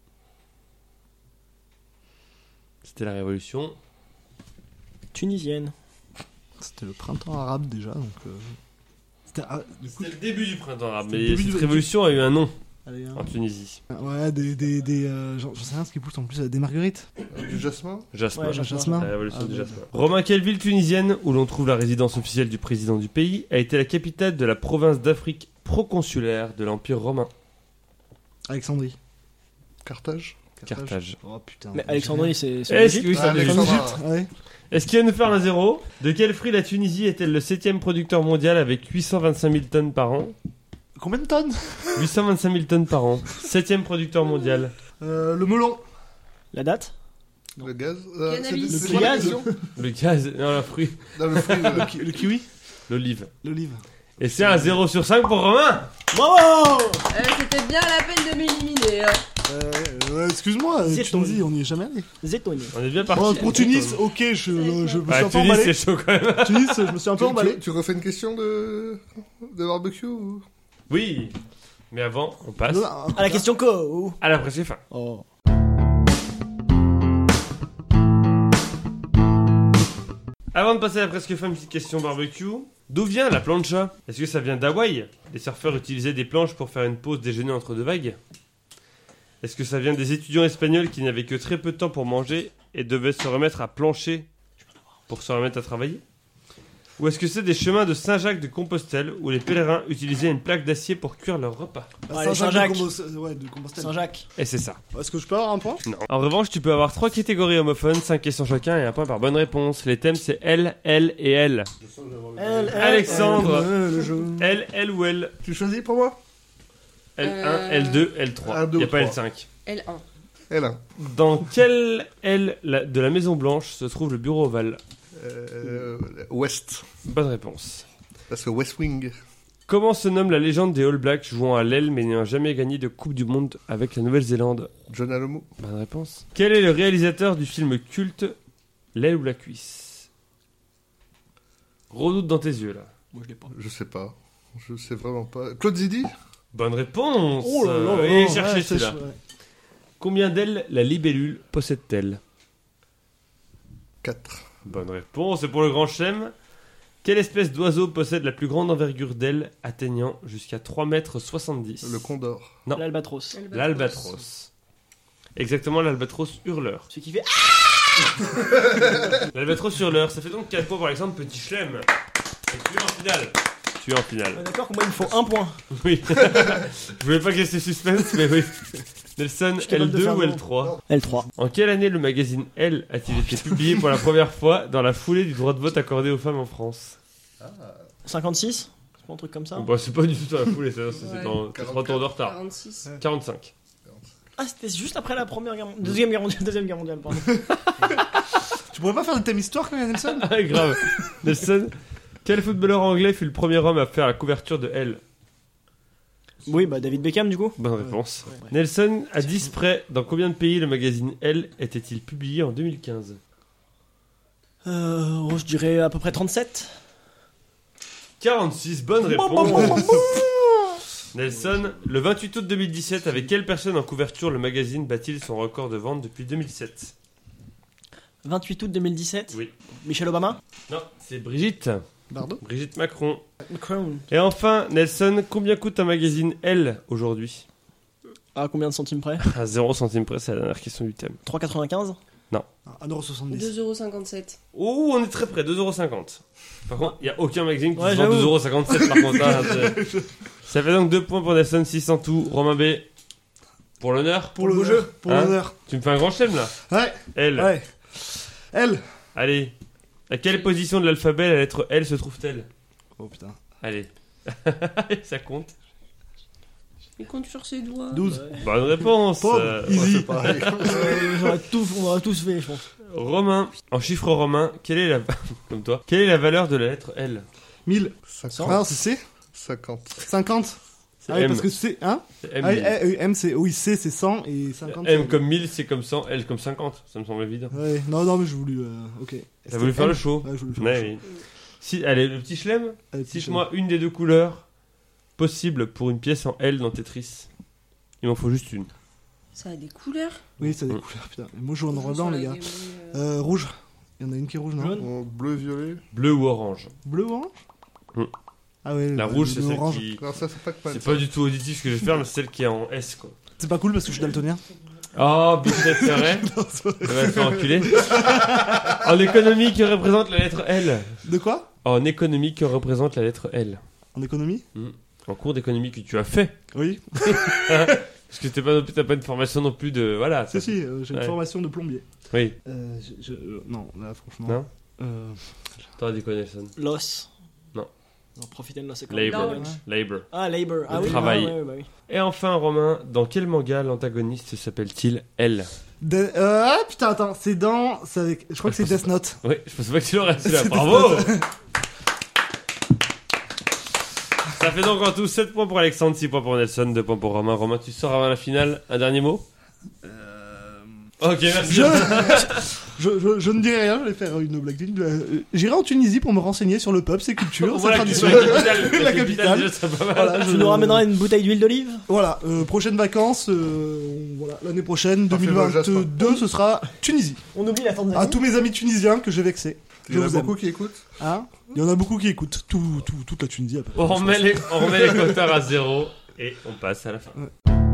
Speaker 1: C'était la révolution.
Speaker 3: Tunisienne.
Speaker 5: C'était le printemps arabe déjà, donc. C'était.
Speaker 1: C'était le début du printemps arabe,
Speaker 5: C'était le
Speaker 1: mais
Speaker 5: début
Speaker 1: cette
Speaker 5: du-
Speaker 1: révolution a eu un nom
Speaker 5: Allez, hein.
Speaker 1: en Tunisie.
Speaker 5: Ouais, j'en sais rien ce qui pousse en plus, des marguerites.
Speaker 2: Du jasmin.
Speaker 1: Jasmin.
Speaker 3: Ouais,
Speaker 5: Jasmin.
Speaker 1: La révolution
Speaker 5: Ah,
Speaker 1: du
Speaker 5: ouais.
Speaker 1: jasmin. Romain, quelle ville tunisienne, où l'on trouve la résidence officielle du président du pays, a été la capitale de la province d'Afrique proconsulaire de l'Empire romain?
Speaker 5: Alexandrie.
Speaker 2: Carthage.
Speaker 1: Carthage.
Speaker 5: Oh putain.
Speaker 3: Mais Alexandrie, c'est.
Speaker 1: Est-ce
Speaker 3: Égypte.
Speaker 1: que oui, ça
Speaker 2: Ah,
Speaker 1: fait-
Speaker 2: Alexandre.
Speaker 5: Ouais.
Speaker 1: Est-ce qu'il va nous faire un zéro? De quel fruit la Tunisie est-elle le 7ème producteur mondial avec 825 000 tonnes par an?
Speaker 5: Combien de tonnes?
Speaker 1: 825 000 tonnes par an. 7ème producteur mondial.
Speaker 5: Le melon.
Speaker 3: La date?
Speaker 2: Le gaz.
Speaker 4: Cannabis.
Speaker 2: c'est
Speaker 3: Le
Speaker 2: quoi la
Speaker 3: gaz.
Speaker 2: question?
Speaker 1: Le gaz, non, le fruit.
Speaker 2: Non, le fruit.
Speaker 5: Le kiwi.
Speaker 1: L'olive.
Speaker 5: L'olive.
Speaker 1: Et c'est un 0 sur 5 pour Romain.
Speaker 3: Bravo!
Speaker 4: C'était bien la peine de m'éliminer. Hein.
Speaker 5: Excuse-moi,
Speaker 3: Zétone.
Speaker 5: Tunisie, on n'y est jamais allé.
Speaker 3: Zétoni.
Speaker 1: On est bien parti.
Speaker 5: Bon, pour Tunis, ok, je me suis
Speaker 1: Ah,
Speaker 5: un peu
Speaker 1: Tunis,
Speaker 5: emballé.
Speaker 1: c'est chaud quand même.
Speaker 5: Tunis, je me suis un peu emballé.
Speaker 2: Tu refais une question de barbecue ou...
Speaker 1: Oui. Mais avant, on passe
Speaker 5: Non,
Speaker 3: À la question co.
Speaker 1: à la presque fin.
Speaker 3: Oh.
Speaker 1: Avant de passer à la presque fin, une petite question barbecue. D'où vient la plancha? Est-ce que ça vient d'Hawaï? Les surfeurs utilisaient des planches pour faire une pause déjeuner entre deux vagues? Est-ce que ça vient des étudiants espagnols qui n'avaient que très peu de temps pour manger et devaient se remettre à plancher pour se remettre à travailler? Ou est-ce que c'est des chemins de Saint-Jacques-de-Compostelle où les pèlerins utilisaient une plaque d'acier pour cuire leur repas?
Speaker 3: Allez, Saint-Jacques.
Speaker 5: de Compostelle.
Speaker 3: Saint-Jacques.
Speaker 1: Et c'est ça.
Speaker 5: Est-ce que je peux avoir un point?
Speaker 1: Non. En revanche, tu peux avoir 3 catégories homophones, 5 questions chacun et un point par bonne réponse. Les thèmes c'est L, L et L. Alexandre.
Speaker 3: Le jeu.
Speaker 1: L, L ou L?
Speaker 2: Tu choisis pour moi?
Speaker 1: L1, L2, L3.
Speaker 2: 1, 2
Speaker 1: Il n'y a
Speaker 2: ou
Speaker 1: pas
Speaker 2: 3.
Speaker 1: L5.
Speaker 4: L1.
Speaker 2: L1.
Speaker 1: Dans quelle aile de la Maison Blanche se trouve le bureau ovale?
Speaker 2: West.
Speaker 1: Bonne réponse.
Speaker 2: Parce que West Wing.
Speaker 1: Comment se nomme la légende des All Blacks jouant à l'aile mais n'ayant jamais gagné de Coupe du Monde avec la Nouvelle-Zélande?
Speaker 2: John Alamo.
Speaker 1: Bonne réponse. Quel est le réalisateur du film culte L'aile ou la cuisse? Redoute dans tes yeux là.
Speaker 3: Moi je l'ai pas.
Speaker 2: Je sais pas. Je sais vraiment pas. Claude Zidi.
Speaker 1: Bonne réponse.
Speaker 3: Oh là là là
Speaker 1: Et
Speaker 3: là,
Speaker 1: cherchez
Speaker 5: Ouais,
Speaker 1: celui-là.
Speaker 5: ouais.
Speaker 1: Combien d'ailes la libellule possède-t-elle?
Speaker 2: 4.
Speaker 1: Bonne réponse. Et pour le grand chelem, quelle espèce d'oiseau possède la plus grande envergure d'ailes atteignant jusqu'à 3,70 m?
Speaker 2: Le Condor.
Speaker 1: Non.
Speaker 3: L'albatros.
Speaker 1: L'albatros. Exactement, l'albatros hurleur.
Speaker 3: Celui qui fait.
Speaker 1: L'albatros hurleur, ça fait donc 4 points par exemple, petit chlem. Et puis en finale. tué en finale.
Speaker 3: On est d'accord que moi il me faut un point.
Speaker 1: Oui. Je voulais pas laisser suspense, mais oui. Nelson,
Speaker 3: Je te demande de
Speaker 1: L2
Speaker 3: faire
Speaker 1: ou
Speaker 3: non.
Speaker 1: L3?
Speaker 3: L3.
Speaker 1: En quelle année le magazine Elle a-t-il été publié pour la première fois dans la foulée du droit de vote accordé aux femmes en France?
Speaker 3: 56? C'est pas un truc comme ça?
Speaker 1: Bah, c'est pas du tout dans la foulée, ça, c'est
Speaker 4: Ouais.
Speaker 1: dans 3 tours de retard.
Speaker 4: 46.
Speaker 1: 45.
Speaker 3: Ah, c'était juste après la deuxième guerre mondiale, pardon.
Speaker 5: Tu pourrais pas faire de thème histoire quand même, Nelson?
Speaker 1: Ah, grave. Nelson, quel footballeur anglais fut le premier homme à faire la couverture de Elle?
Speaker 3: Oui, bah David Beckham du coup.
Speaker 1: Bonne réponse.
Speaker 3: Ouais.
Speaker 1: Nelson, à 10 près, dans combien de pays le magazine Elle était-il publié en 2015?
Speaker 3: Je dirais à peu près 37.
Speaker 1: 46, bonne réponse. Nelson, le 28 août 2017, avec quelle personne en couverture le magazine bat-il son record de vente depuis 2007?
Speaker 3: 28 août 2017.
Speaker 1: Oui.
Speaker 3: Michelle Obama.
Speaker 1: Non, c'est Brigitte.
Speaker 5: Pardon?
Speaker 1: Brigitte Macron.
Speaker 3: Macron.
Speaker 1: Et enfin, Nelson, combien coûte un magazine Elle aujourd'hui?
Speaker 3: À combien de centimes près?
Speaker 1: À 0 centimes près, c'est la dernière question du thème.
Speaker 3: 3,95.
Speaker 5: 1,70€.
Speaker 4: 2,57€.
Speaker 1: Oh, on est très près, 2,50€. Par contre, il n'y a aucun magazine qui
Speaker 3: Ouais,
Speaker 1: se vend
Speaker 3: j'avoue.
Speaker 1: 2,57€ par contre. Hein, ça fait donc 2 points pour Nelson, 6 en tout. Romain B, pour l'honneur.
Speaker 5: Pour le jeu, pour
Speaker 1: Hein
Speaker 5: l'honneur.
Speaker 1: Tu me fais un grand chelem là?
Speaker 5: Ouais,
Speaker 1: Elle.
Speaker 5: ouais. Elle.
Speaker 1: Allez. À quelle position de l'alphabet la lettre L se trouve-t-elle?
Speaker 5: Oh putain.
Speaker 1: Allez. Ça compte.
Speaker 4: Il compte sur ses doigts.
Speaker 5: 12.
Speaker 1: Bonne réponse.
Speaker 5: Pomme. Easy.
Speaker 2: C'est pareil.
Speaker 3: On aurait tous fait, je pense.
Speaker 1: Romain, en chiffre romain, quelle est la comme toi, quelle est la valeur de la lettre L?
Speaker 5: 1000.
Speaker 2: 50.
Speaker 5: Ah non, c'est C?
Speaker 2: 50.
Speaker 5: 50.
Speaker 1: C'est
Speaker 5: Ah oui,
Speaker 1: M.
Speaker 5: parce que C, hein?
Speaker 1: C'est M.
Speaker 5: Ah,
Speaker 1: 1000.
Speaker 5: M, c'est, oui, C, c'est 100 et 50.
Speaker 1: M comme 1000, c'est comme 100, L comme 50. Ça me semble évident.
Speaker 5: Ouais, non, mais j'ai voulu, ok.
Speaker 1: T'as voulu faire le show?
Speaker 5: Ouais, je voulais faire
Speaker 1: Ouais,
Speaker 5: le
Speaker 1: oui. Si, allez, le petit chelem,
Speaker 5: show.
Speaker 1: cite-moi une des deux couleurs possibles pour une pièce en L dans Tetris. Il m'en faut juste une.
Speaker 4: Ça a des couleurs.
Speaker 5: Oui, ça a des
Speaker 1: Mm.
Speaker 5: couleurs, putain. Moi, je joue en noir et blanc,
Speaker 4: Sur la
Speaker 5: les gars.
Speaker 4: Game Boy,
Speaker 5: Rouge. Il y en a une qui est rouge, non?
Speaker 3: Jaune.
Speaker 2: En bleu, violet.
Speaker 1: Bleu ou orange?
Speaker 5: Bleu ou orange?
Speaker 1: Mm.
Speaker 5: Ah ouais,
Speaker 1: La
Speaker 5: le-
Speaker 1: rouge,
Speaker 5: le
Speaker 1: c'est celle
Speaker 5: orange.
Speaker 1: qui.
Speaker 2: Non, ça, c'est Pac-Man.
Speaker 1: C'est pas du tout auditif ce que je vais faire, mais c'est celle qui est en S quoi.
Speaker 5: C'est pas cool parce que je suis daltonien.
Speaker 1: Oh, Bichette Ferret. Ça va te faire enculer. En économie, qui représente la lettre L?
Speaker 5: De quoi?
Speaker 1: En économie, qui représente la lettre L?
Speaker 5: En économie?
Speaker 1: En cours d'économie que tu as fait.
Speaker 5: Oui.
Speaker 1: Parce que t'as pas une formation non plus de. Voilà.
Speaker 5: Si, si, j'ai une
Speaker 1: Ouais.
Speaker 5: formation de plombier.
Speaker 1: Oui.
Speaker 5: Non, là, franchement.
Speaker 1: Non
Speaker 5: Euh,
Speaker 1: T'aurais dit quoi, Nelson?
Speaker 3: Loss.
Speaker 1: Non.
Speaker 3: Non, profit and loss.
Speaker 1: Labor.
Speaker 4: Langue.
Speaker 1: Labor.
Speaker 3: Ah, labor. Ah
Speaker 1: Le
Speaker 3: oui.
Speaker 1: travail.
Speaker 3: Ah, ouais, bah oui.
Speaker 1: Et enfin, Romain, dans quel manga l'antagoniste s'appelle-t-il L?
Speaker 5: Ah putain, attends, c'est dans. c'est avec- Je crois que c'est Death Note.
Speaker 1: Oui, je pensais pas que tu l'aurais su là.
Speaker 5: C'est
Speaker 1: Bravo! Ça fait donc en tout 7 points pour Alexandre, 6 points pour Nelson, 2 points pour Romain. Romain, tu sors avant la finale. Un dernier mot? Ok, merci.
Speaker 5: Je ne dirai rien, je vais faire une blague. J'irai en Tunisie pour me renseigner sur le peuple, ses cultures, sa
Speaker 1: Voilà,
Speaker 5: tradition.
Speaker 1: la capitale,
Speaker 5: La
Speaker 1: la
Speaker 5: capitale.
Speaker 1: capitale, déjà, c'est pas mal.
Speaker 5: Voilà,
Speaker 3: Tu nous ramèneras une bouteille d'huile d'olive?
Speaker 5: Voilà, prochaines vacances, voilà, l'année prochaine,
Speaker 2: Parfait,
Speaker 5: 2022, ce sera Tunisie.
Speaker 3: On oublie la Tanzanie.
Speaker 5: À tous mes amis tunisiens que j'ai vexés.
Speaker 2: Il y en a
Speaker 5: vous aime.
Speaker 2: beaucoup qui écoutent.
Speaker 5: Hein il y en a beaucoup qui écoutent toute la Tunisie. À peu près.
Speaker 1: On remet les compteurs à 0 et on passe à la fin.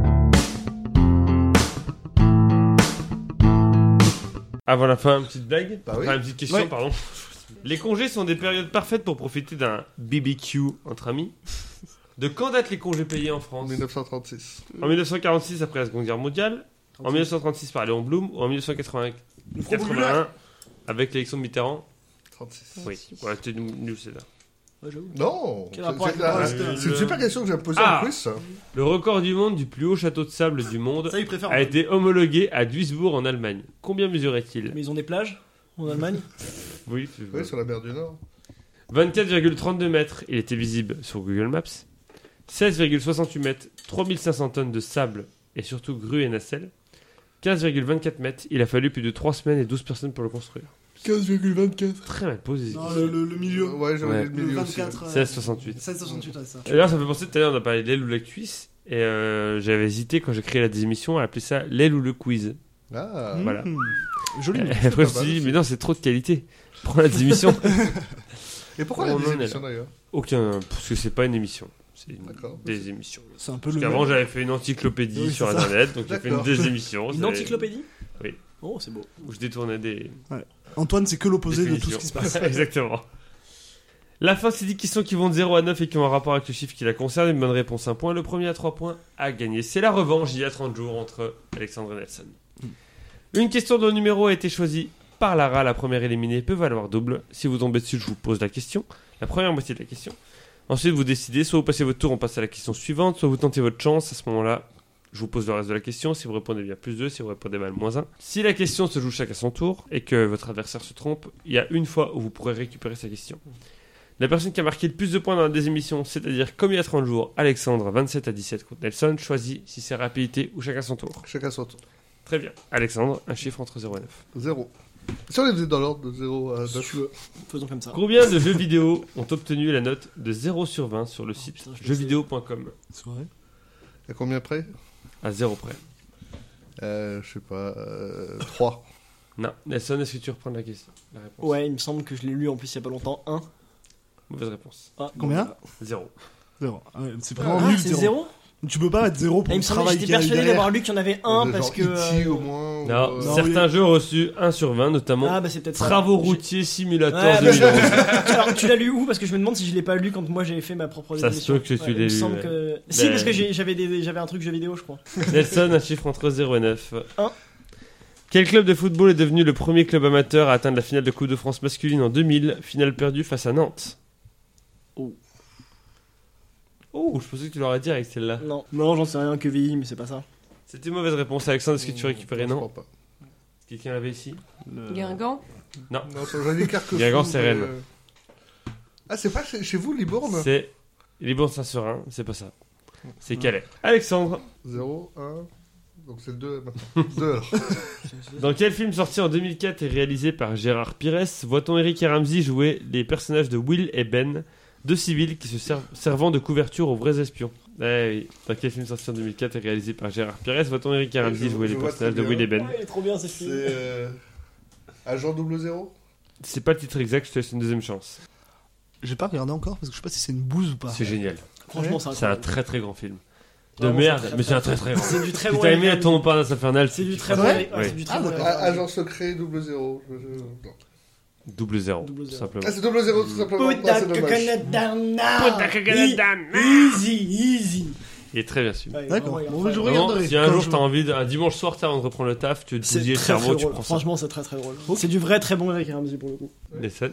Speaker 1: Avant la fin, une petite blague.
Speaker 2: Bah oui.
Speaker 1: Enfin, une petite question,
Speaker 5: Ouais.
Speaker 1: pardon. Les congés sont des périodes parfaites pour profiter d'un BBQ entre amis. De quand datent les congés payés en
Speaker 2: En
Speaker 1: France?
Speaker 2: 1936.
Speaker 1: En 1946 après la Seconde Guerre mondiale, en 1936 par Léon Blum ou en 1981 avec l'élection de Mitterrand?
Speaker 2: 36.
Speaker 1: Oui, ouais, c'était nul c'est là.
Speaker 3: Ouais, j'avoue.
Speaker 2: Non.
Speaker 3: Quel
Speaker 2: C'est-
Speaker 3: rapport avec
Speaker 2: c'est-
Speaker 3: le
Speaker 2: c'est-
Speaker 3: reste
Speaker 2: C'est une super question que j'ai posée
Speaker 1: Ah.
Speaker 2: en quiz. ça.
Speaker 1: Le record du monde du plus haut château de sable du monde
Speaker 5: Ça, ils préfèrent.
Speaker 1: a été homologué à Duisbourg en Allemagne. Combien mesurait-il?
Speaker 3: Mais ils ont des plages en Allemagne?
Speaker 1: Oui,
Speaker 2: Oui, sur la mer du Nord.
Speaker 1: 24,32 mètres, il était visible sur Google Maps. 16,68 mètres, 3500 tonnes de sable et surtout grue et nacelle. 15,24 mètres, il a fallu plus de 3 semaines et 12 personnes pour le construire.
Speaker 5: 15,24.
Speaker 1: Très mal posé.
Speaker 5: Non, le milieu.
Speaker 2: Ouais, j'avais
Speaker 1: Ouais.
Speaker 2: dit le milieu
Speaker 5: Le
Speaker 2: aussi.
Speaker 5: 24.
Speaker 1: 16,68.
Speaker 5: 16,68, ouais, ça.
Speaker 1: D'ailleurs, ça me fait penser, tout à l'heure, on a parlé de l'aile ou la cuisse. Et j'avais hésité quand j'ai créé la démission à appeler ça l'aile ou le quiz.
Speaker 2: Ah.
Speaker 1: Voilà.
Speaker 5: Joli.
Speaker 1: Et après, je me
Speaker 2: pas
Speaker 1: suis
Speaker 2: mal
Speaker 1: dit,
Speaker 2: aussi.
Speaker 1: mais non, c'est trop de qualité. Prends la démission.
Speaker 2: Et pourquoi
Speaker 1: On en
Speaker 2: les
Speaker 1: est
Speaker 2: émissions
Speaker 1: là.
Speaker 2: d'ailleurs
Speaker 1: Aucun, parce que c'est pas une émission. C'est
Speaker 2: D'accord.
Speaker 1: des émissions.
Speaker 5: C'est un peu le.
Speaker 1: Parce qu'avant, j'avais fait une encyclopédie
Speaker 5: Oui,
Speaker 1: sur
Speaker 5: c'est ça.
Speaker 1: Internet, donc j'ai fait une
Speaker 2: D'accord.
Speaker 1: des émissions.
Speaker 3: Une
Speaker 1: c'est-
Speaker 3: encyclopédie?
Speaker 1: Oui.
Speaker 3: Oh, c'est beau.
Speaker 1: Où je détournais des
Speaker 5: Antoine, c'est que l'opposé de tout ce
Speaker 1: définitions.
Speaker 5: qui se passe.
Speaker 1: Exactement. La fin, c'est 10 questions qui vont de 0 à 9 et qui ont un rapport avec le chiffre qui la concerne. Une bonne réponse, 1 point. Le premier à 3 points a gagné. C'est la revanche il y a 30 jours entre Alexandre et Nelson. Une question dont le numéro a été choisi par Lara. La première éliminée peut valoir double. Si vous tombez dessus, je vous pose la question. La première moitié de la question. Ensuite, vous décidez. Soit vous passez votre tour, on passe à la question suivante. Soit vous tentez votre chance. À ce moment-là, je vous pose le reste de la question. Si vous répondez bien, plus 2. Si vous répondez mal, moins 1. Si la question se joue chacun à son tour et que votre adversaire se trompe, il y a une fois où vous pourrez récupérer sa question. La personne qui a marqué le plus de points dans la des émissions, c'est-à-dire comme il y a 30 jours, Alexandre, 27 à 17 contre Nelson, choisit si c'est rapidité ou chacun son tour.
Speaker 2: Chacun son tour.
Speaker 1: Très bien. Alexandre, un chiffre entre 0 et 9.
Speaker 2: 0. Si on les faisait dans l'ordre de 0 à 9.
Speaker 3: Faisons comme ça.
Speaker 1: Combien de jeux vidéo ont obtenu la note de 0 sur 20 sur le site
Speaker 3: putain, je
Speaker 1: jeuxvideo.com?
Speaker 5: C'est vrai.
Speaker 2: À combien près?
Speaker 1: À 0 près.
Speaker 2: Je sais pas. 3.
Speaker 1: Non. Nelson, est-ce que tu reprends la question? La réponse.
Speaker 3: Ouais, il me semble que je l'ai lu en plus il y a pas longtemps. 1.
Speaker 1: Mauvaise réponse.
Speaker 3: Ah,
Speaker 5: Combien
Speaker 3: bon,
Speaker 1: 0.
Speaker 5: 0. Ah ouais, c'est vraiment
Speaker 3: Ah,
Speaker 5: nul,
Speaker 3: c'est
Speaker 5: 0.
Speaker 3: 0.
Speaker 5: Tu peux pas mettre 0 pour
Speaker 3: Il
Speaker 5: le
Speaker 3: me semblait,
Speaker 5: travail
Speaker 3: j'étais
Speaker 5: qu'il y a eu
Speaker 3: persuadé
Speaker 5: derrière.
Speaker 3: d'avoir lu qu'il y en avait 1 parce que.
Speaker 2: E.T. au moins.
Speaker 1: Non,
Speaker 5: Non,
Speaker 1: certains jeux ont reçu 1 sur 20, notamment
Speaker 3: Ah bah c'est peut-être ça.
Speaker 1: Travaux
Speaker 3: J'ai-
Speaker 1: routiers simulator
Speaker 3: Ouais,
Speaker 1: 2011.
Speaker 3: Alors tu l'as lu où? Parce que je me demande si je l'ai pas lu quand moi j'ai fait ma propre
Speaker 1: Ça se
Speaker 3: émission.
Speaker 1: peut que tu l'aies
Speaker 3: Il me
Speaker 1: lu,
Speaker 3: semble
Speaker 1: ouais.
Speaker 3: que. Si,
Speaker 1: Mais-
Speaker 3: parce que j'avais un truc jeu vidéo, je crois.
Speaker 1: Nelson, un chiffre entre 0 et 9.
Speaker 3: 1.
Speaker 1: Quel club de football est devenu le premier club amateur à atteindre la finale de Coupe de France masculine en 2000, finale perdue face à Nantes? Oh, je pensais que tu l'aurais dit avec celle-là.
Speaker 3: Non, non, j'en sais rien, que VI, mais c'est pas ça.
Speaker 1: C'était une mauvaise réponse. Alexandre, est-ce que tu récupérais?
Speaker 2: Je
Speaker 1: Non.
Speaker 2: crois pas.
Speaker 1: Quelqu'un l'avait ici?
Speaker 4: Guingamp.
Speaker 2: Non, j'en ai Carquefou.
Speaker 1: Guingamp, c'est
Speaker 2: mais,
Speaker 1: Rennes.
Speaker 2: Ah, c'est pas chez vous, Libourne?
Speaker 1: C'est Libourne Saint-Seurin, c'est pas ça. C'est Calais. Alexandre,
Speaker 2: 0, 1. Donc c'est 2 maintenant. 2 alors.
Speaker 1: dans quel film sorti en 2004 et réalisé par Gérard Pires, voit-on Eric et Ramsey jouer les personnages de Will et Ben, deux civils qui se servant de couverture aux vrais espions? Oui. Dans quel film sorti en 2004 et réalisé par Gérard Pires, voit-on Eric et Ramsey
Speaker 2: Je
Speaker 1: jouer les
Speaker 2: vois
Speaker 1: personnages
Speaker 2: très
Speaker 1: de Will
Speaker 2: bien.
Speaker 1: et Ben?
Speaker 3: Ah, il est trop bien ce
Speaker 2: C'est
Speaker 3: film.
Speaker 2: Agent 00?
Speaker 1: C'est pas le titre exact, je te laisse une deuxième chance.
Speaker 5: J'ai pas regardé encore parce que je sais pas si c'est une bouse ou pas.
Speaker 1: C'est génial.
Speaker 3: Franchement,
Speaker 1: C'est un
Speaker 3: incroyable.
Speaker 1: très très grand film. De
Speaker 3: Vraiment,
Speaker 1: merde,
Speaker 3: c'est très,
Speaker 1: mais c'est un
Speaker 3: très,
Speaker 1: très très grand.
Speaker 3: C'est du très
Speaker 1: Si
Speaker 3: bon.
Speaker 1: t'as aimé
Speaker 3: Eric
Speaker 1: la tourne pas infernale,
Speaker 3: C'est du très
Speaker 5: C'est
Speaker 3: bon.
Speaker 5: vrai
Speaker 3: Eric- ouais,
Speaker 1: Oui.
Speaker 3: c'est du très
Speaker 5: Ah,
Speaker 3: bon.
Speaker 5: d'accord.
Speaker 3: Eric.
Speaker 2: Agent secret 00. Non.
Speaker 1: double zéro,
Speaker 3: Double
Speaker 1: tout
Speaker 3: zéro.
Speaker 1: simplement.
Speaker 2: Ah, c'est 00 tout simplement.
Speaker 3: Put
Speaker 2: Ah,
Speaker 3: that
Speaker 2: c'est dommage.
Speaker 3: coconut down now.
Speaker 1: Put that coconut down
Speaker 3: Easy, easy.
Speaker 1: Il est très bien su.
Speaker 3: Ouais,
Speaker 5: D'accord.
Speaker 3: vraiment, il est
Speaker 5: Bon, mais je
Speaker 3: incroyable.
Speaker 5: regarderai.
Speaker 1: Si un
Speaker 5: Quand
Speaker 1: jour
Speaker 5: je-
Speaker 1: t'as envie, un dimanche soir, t'as avant de reprendre le taf, tu veux te
Speaker 3: C'est
Speaker 1: bousiller le
Speaker 3: très,
Speaker 1: cerveau,
Speaker 3: très
Speaker 1: tu
Speaker 3: drôle.
Speaker 1: prends ça.
Speaker 3: Franchement, c'est très très drôle. C'est du vrai très bon Eric et Ramsey pour le coup.
Speaker 1: Les scènes.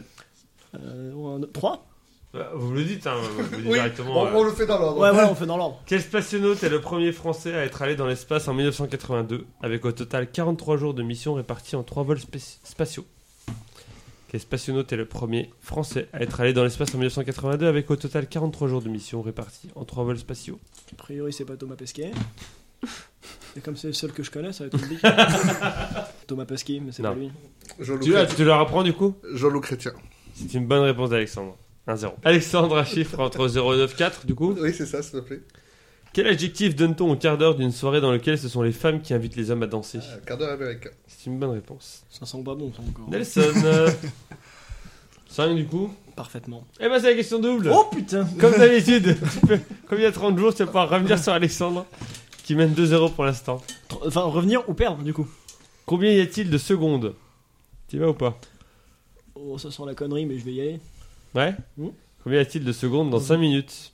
Speaker 3: 3
Speaker 1: Vous me le dites, hein, vous le dites
Speaker 2: Oui,
Speaker 1: directement.
Speaker 2: on le fait dans l'ordre.
Speaker 3: Ouais, ouais, on fait dans l'ordre.
Speaker 1: Quel spationaute est le premier français à être allé dans l'espace en 1982, avec au total 43 jours de mission répartis en 3 vols spatiaux? Quel spationaute est le premier français à être allé dans l'espace en 1982, avec au total 43 jours de mission répartis en 3 vols spatiaux?
Speaker 3: A priori, c'est pas Thomas Pesquet. Et comme c'est le seul que je connais, ça va être compliqué. Thomas Pesquet, mais c'est
Speaker 1: Non.
Speaker 3: pas lui.
Speaker 1: Tu le rapprends du coup?
Speaker 2: Jean-Loup Chrétien.
Speaker 1: C'est une bonne réponse d'Alexandre. 1-0. Alexandre, un chiffre entre 0 et 9, 4 du coup.
Speaker 2: Oui, c'est ça, s'il te plaît.
Speaker 1: Quel adjectif donne-t-on au quart d'heure d'une soirée dans laquelle ce sont les femmes qui invitent les hommes à danser?
Speaker 2: Quart d'heure américain.
Speaker 1: C'est une bonne réponse.
Speaker 3: Ça sent pas bon, ça encore.
Speaker 1: Nelson. 5 du coup.
Speaker 3: Parfaitement.
Speaker 1: Eh ben c'est la question double.
Speaker 3: Oh putain.
Speaker 1: Comme d'habitude, comme il y a 30 jours, tu vas pouvoir revenir sur Alexandre, qui mène 2-0 pour l'instant.
Speaker 3: Enfin, revenir ou perdre, du coup.
Speaker 1: Combien y a-t-il de secondes? Tu y vas ou pas?
Speaker 3: Oh, ça sent la connerie, mais je vais y aller.
Speaker 1: Ouais.
Speaker 3: Hmm.
Speaker 1: Combien y a-t-il de secondes dans 5 minutes?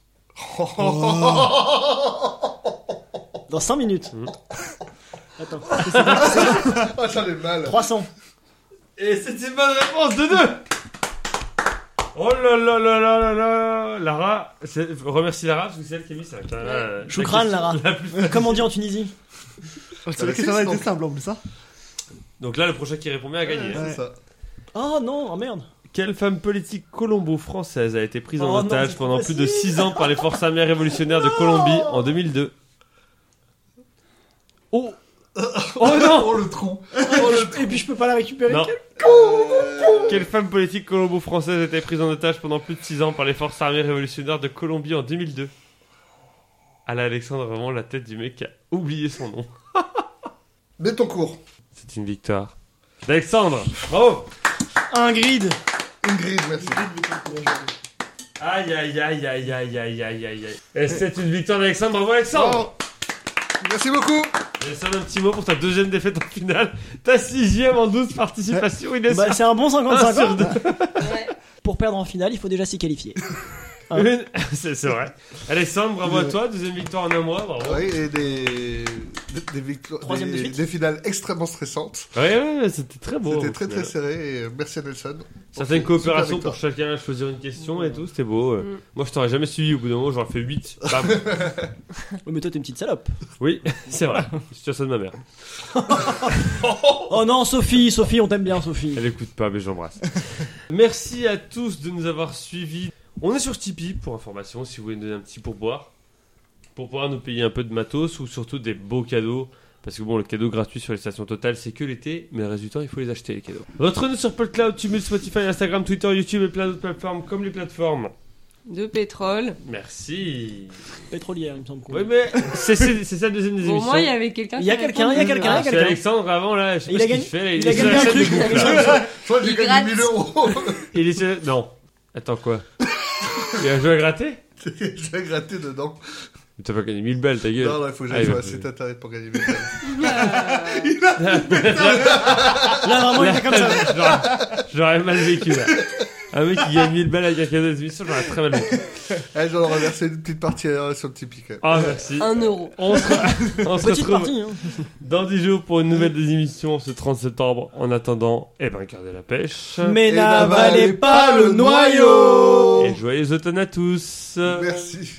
Speaker 3: Dans 5 minutes.
Speaker 1: Mhm.
Speaker 3: Attends.
Speaker 2: Oh, j'en ai mal.
Speaker 3: 300.
Speaker 1: Et c'est une bonne réponse de 2. Oh là là là là là là. Lara, remercie Lara parce que c'est elle qui a mis ça.
Speaker 3: Choukran, Lara. Comme on dit en Tunisie.
Speaker 5: C'est vrai que ça aurait été simple en plus, ça.
Speaker 1: Donc là, le prochain qui répond bien a gagné.
Speaker 2: C'est ça.
Speaker 3: Oh non, oh merde.
Speaker 1: Quelle femme politique colombo-française a été prise en
Speaker 3: Oh non,
Speaker 1: otage
Speaker 3: c'est
Speaker 1: pendant
Speaker 3: trop
Speaker 1: plus de
Speaker 3: facile.
Speaker 1: 6 ans par les forces armées révolutionnaires de Colombie en 2002? Oh Oh non.
Speaker 2: Oh, le trou.
Speaker 3: Et puis je peux pas la récupérer.
Speaker 1: Non. Quelle femme politique colombo-française a été prise en otage pendant plus de 6 ans par les forces armées révolutionnaires de Colombie en 2002? Ah là, Alexandre, vraiment la tête du mec qui a oublié son nom.
Speaker 2: Bétoncourt.
Speaker 1: C'est une victoire d'Alexandre. Bravo.
Speaker 3: Ingrid.
Speaker 2: Ingrid, merci.
Speaker 1: Aïe aïe aïe aïe aïe aïe aïe aïe. Et c'est une victoire d'Alexandre. Bravo Alexandre.
Speaker 2: Oh. Merci beaucoup.
Speaker 1: Alexandre, un petit mot pour ta deuxième défaite en finale. Ta 6ème en 12 participations. Il est
Speaker 3: Bah, c'est un bon 50-50.
Speaker 4: Ouais.
Speaker 3: Pour perdre en finale, il faut déjà s'y qualifier. Ah.
Speaker 1: C'est vrai. Alexandre, bravo à toi. Deuxième victoire en un mois. Bravo.
Speaker 2: Oui, et des victoires,
Speaker 3: Troisième de suite.
Speaker 2: des finales extrêmement stressantes.
Speaker 1: Ouais, c'était très beau.
Speaker 2: C'était
Speaker 1: au
Speaker 2: très
Speaker 1: final.
Speaker 2: très serré. Et merci à Nelson.
Speaker 1: Certaines coopérations
Speaker 2: Super
Speaker 1: pour chacun choisir une question et tout, c'était beau. Moi, je t'aurais jamais suivi au bout d'un moment, j'aurais fait 8. Bam.
Speaker 3: Oh, mais toi, t'es une petite salope.
Speaker 1: Oui, c'est vrai. Situation de ma mère.
Speaker 3: Oh non, Sophie, on t'aime bien, Sophie.
Speaker 1: Elle écoute pas, mais j'embrasse. Merci à tous de nous avoir suivis. On est sur Tipeee pour information, si vous voulez nous donner un petit pourboire. Pour pouvoir nous payer un peu de matos ou surtout des beaux cadeaux. Parce que bon, le cadeau gratuit sur les stations Total, c'est que l'été, mais le reste du temps, il faut les acheter, les cadeaux. Retrouvez-nous sur PodCloud, Tumult, Spotify, Instagram, Twitter, YouTube et plein d'autres plateformes comme les plateformes.
Speaker 4: De pétrole.
Speaker 1: Merci.
Speaker 3: Pétrolière, il me semble.
Speaker 1: Oui, mais c'est ça la deuxième des
Speaker 4: Au
Speaker 1: émissions.
Speaker 4: moins, il y avait quelqu'un.
Speaker 3: Il y a
Speaker 4: qui
Speaker 3: quelqu'un,
Speaker 4: répondait.
Speaker 1: Ah, c'est Alexandre avant là, je sais
Speaker 3: Il
Speaker 1: pas
Speaker 3: a
Speaker 1: ce qu'il
Speaker 3: gagné-
Speaker 1: fait là.
Speaker 3: il a
Speaker 1: est sur
Speaker 3: gagné
Speaker 1: la
Speaker 3: un
Speaker 1: chaîne
Speaker 3: truc.
Speaker 1: de bouffe, là.
Speaker 2: Je crois que j'ai
Speaker 4: Il
Speaker 2: gagné
Speaker 4: gratte.
Speaker 2: 1000 euros.
Speaker 1: Il est sur... Non. Attends quoi. Il a joué à gratter.
Speaker 2: Je vais gratter dedans.
Speaker 1: Mais t'as pas gagné 1000 balles, ta gueule.
Speaker 2: Non, il faut que
Speaker 1: Ah,
Speaker 2: j'aille
Speaker 1: il
Speaker 2: sur
Speaker 1: va-
Speaker 2: un site internet pour gagner 1000 balles.
Speaker 3: Là, vraiment, il est comme ça.
Speaker 1: J'aurais mal vécu là. Un mec qui gagne 1000 balles avec un cadeau d'émission, j'aurais très mal vécu.
Speaker 2: J'en aurais reversé une petite partie sur le Tipeee quand même.
Speaker 1: Ah, merci.
Speaker 4: 1 euro.
Speaker 1: On se
Speaker 3: Petite
Speaker 1: retrouve
Speaker 3: partie, hein.
Speaker 1: dans 10 jours pour une nouvelle des émissions ce 30 septembre. En attendant, gardez la pêche.
Speaker 3: Mais
Speaker 2: Et
Speaker 3: n'avalez pas le noyau.
Speaker 1: Et joyeux automne à tous.
Speaker 2: Merci.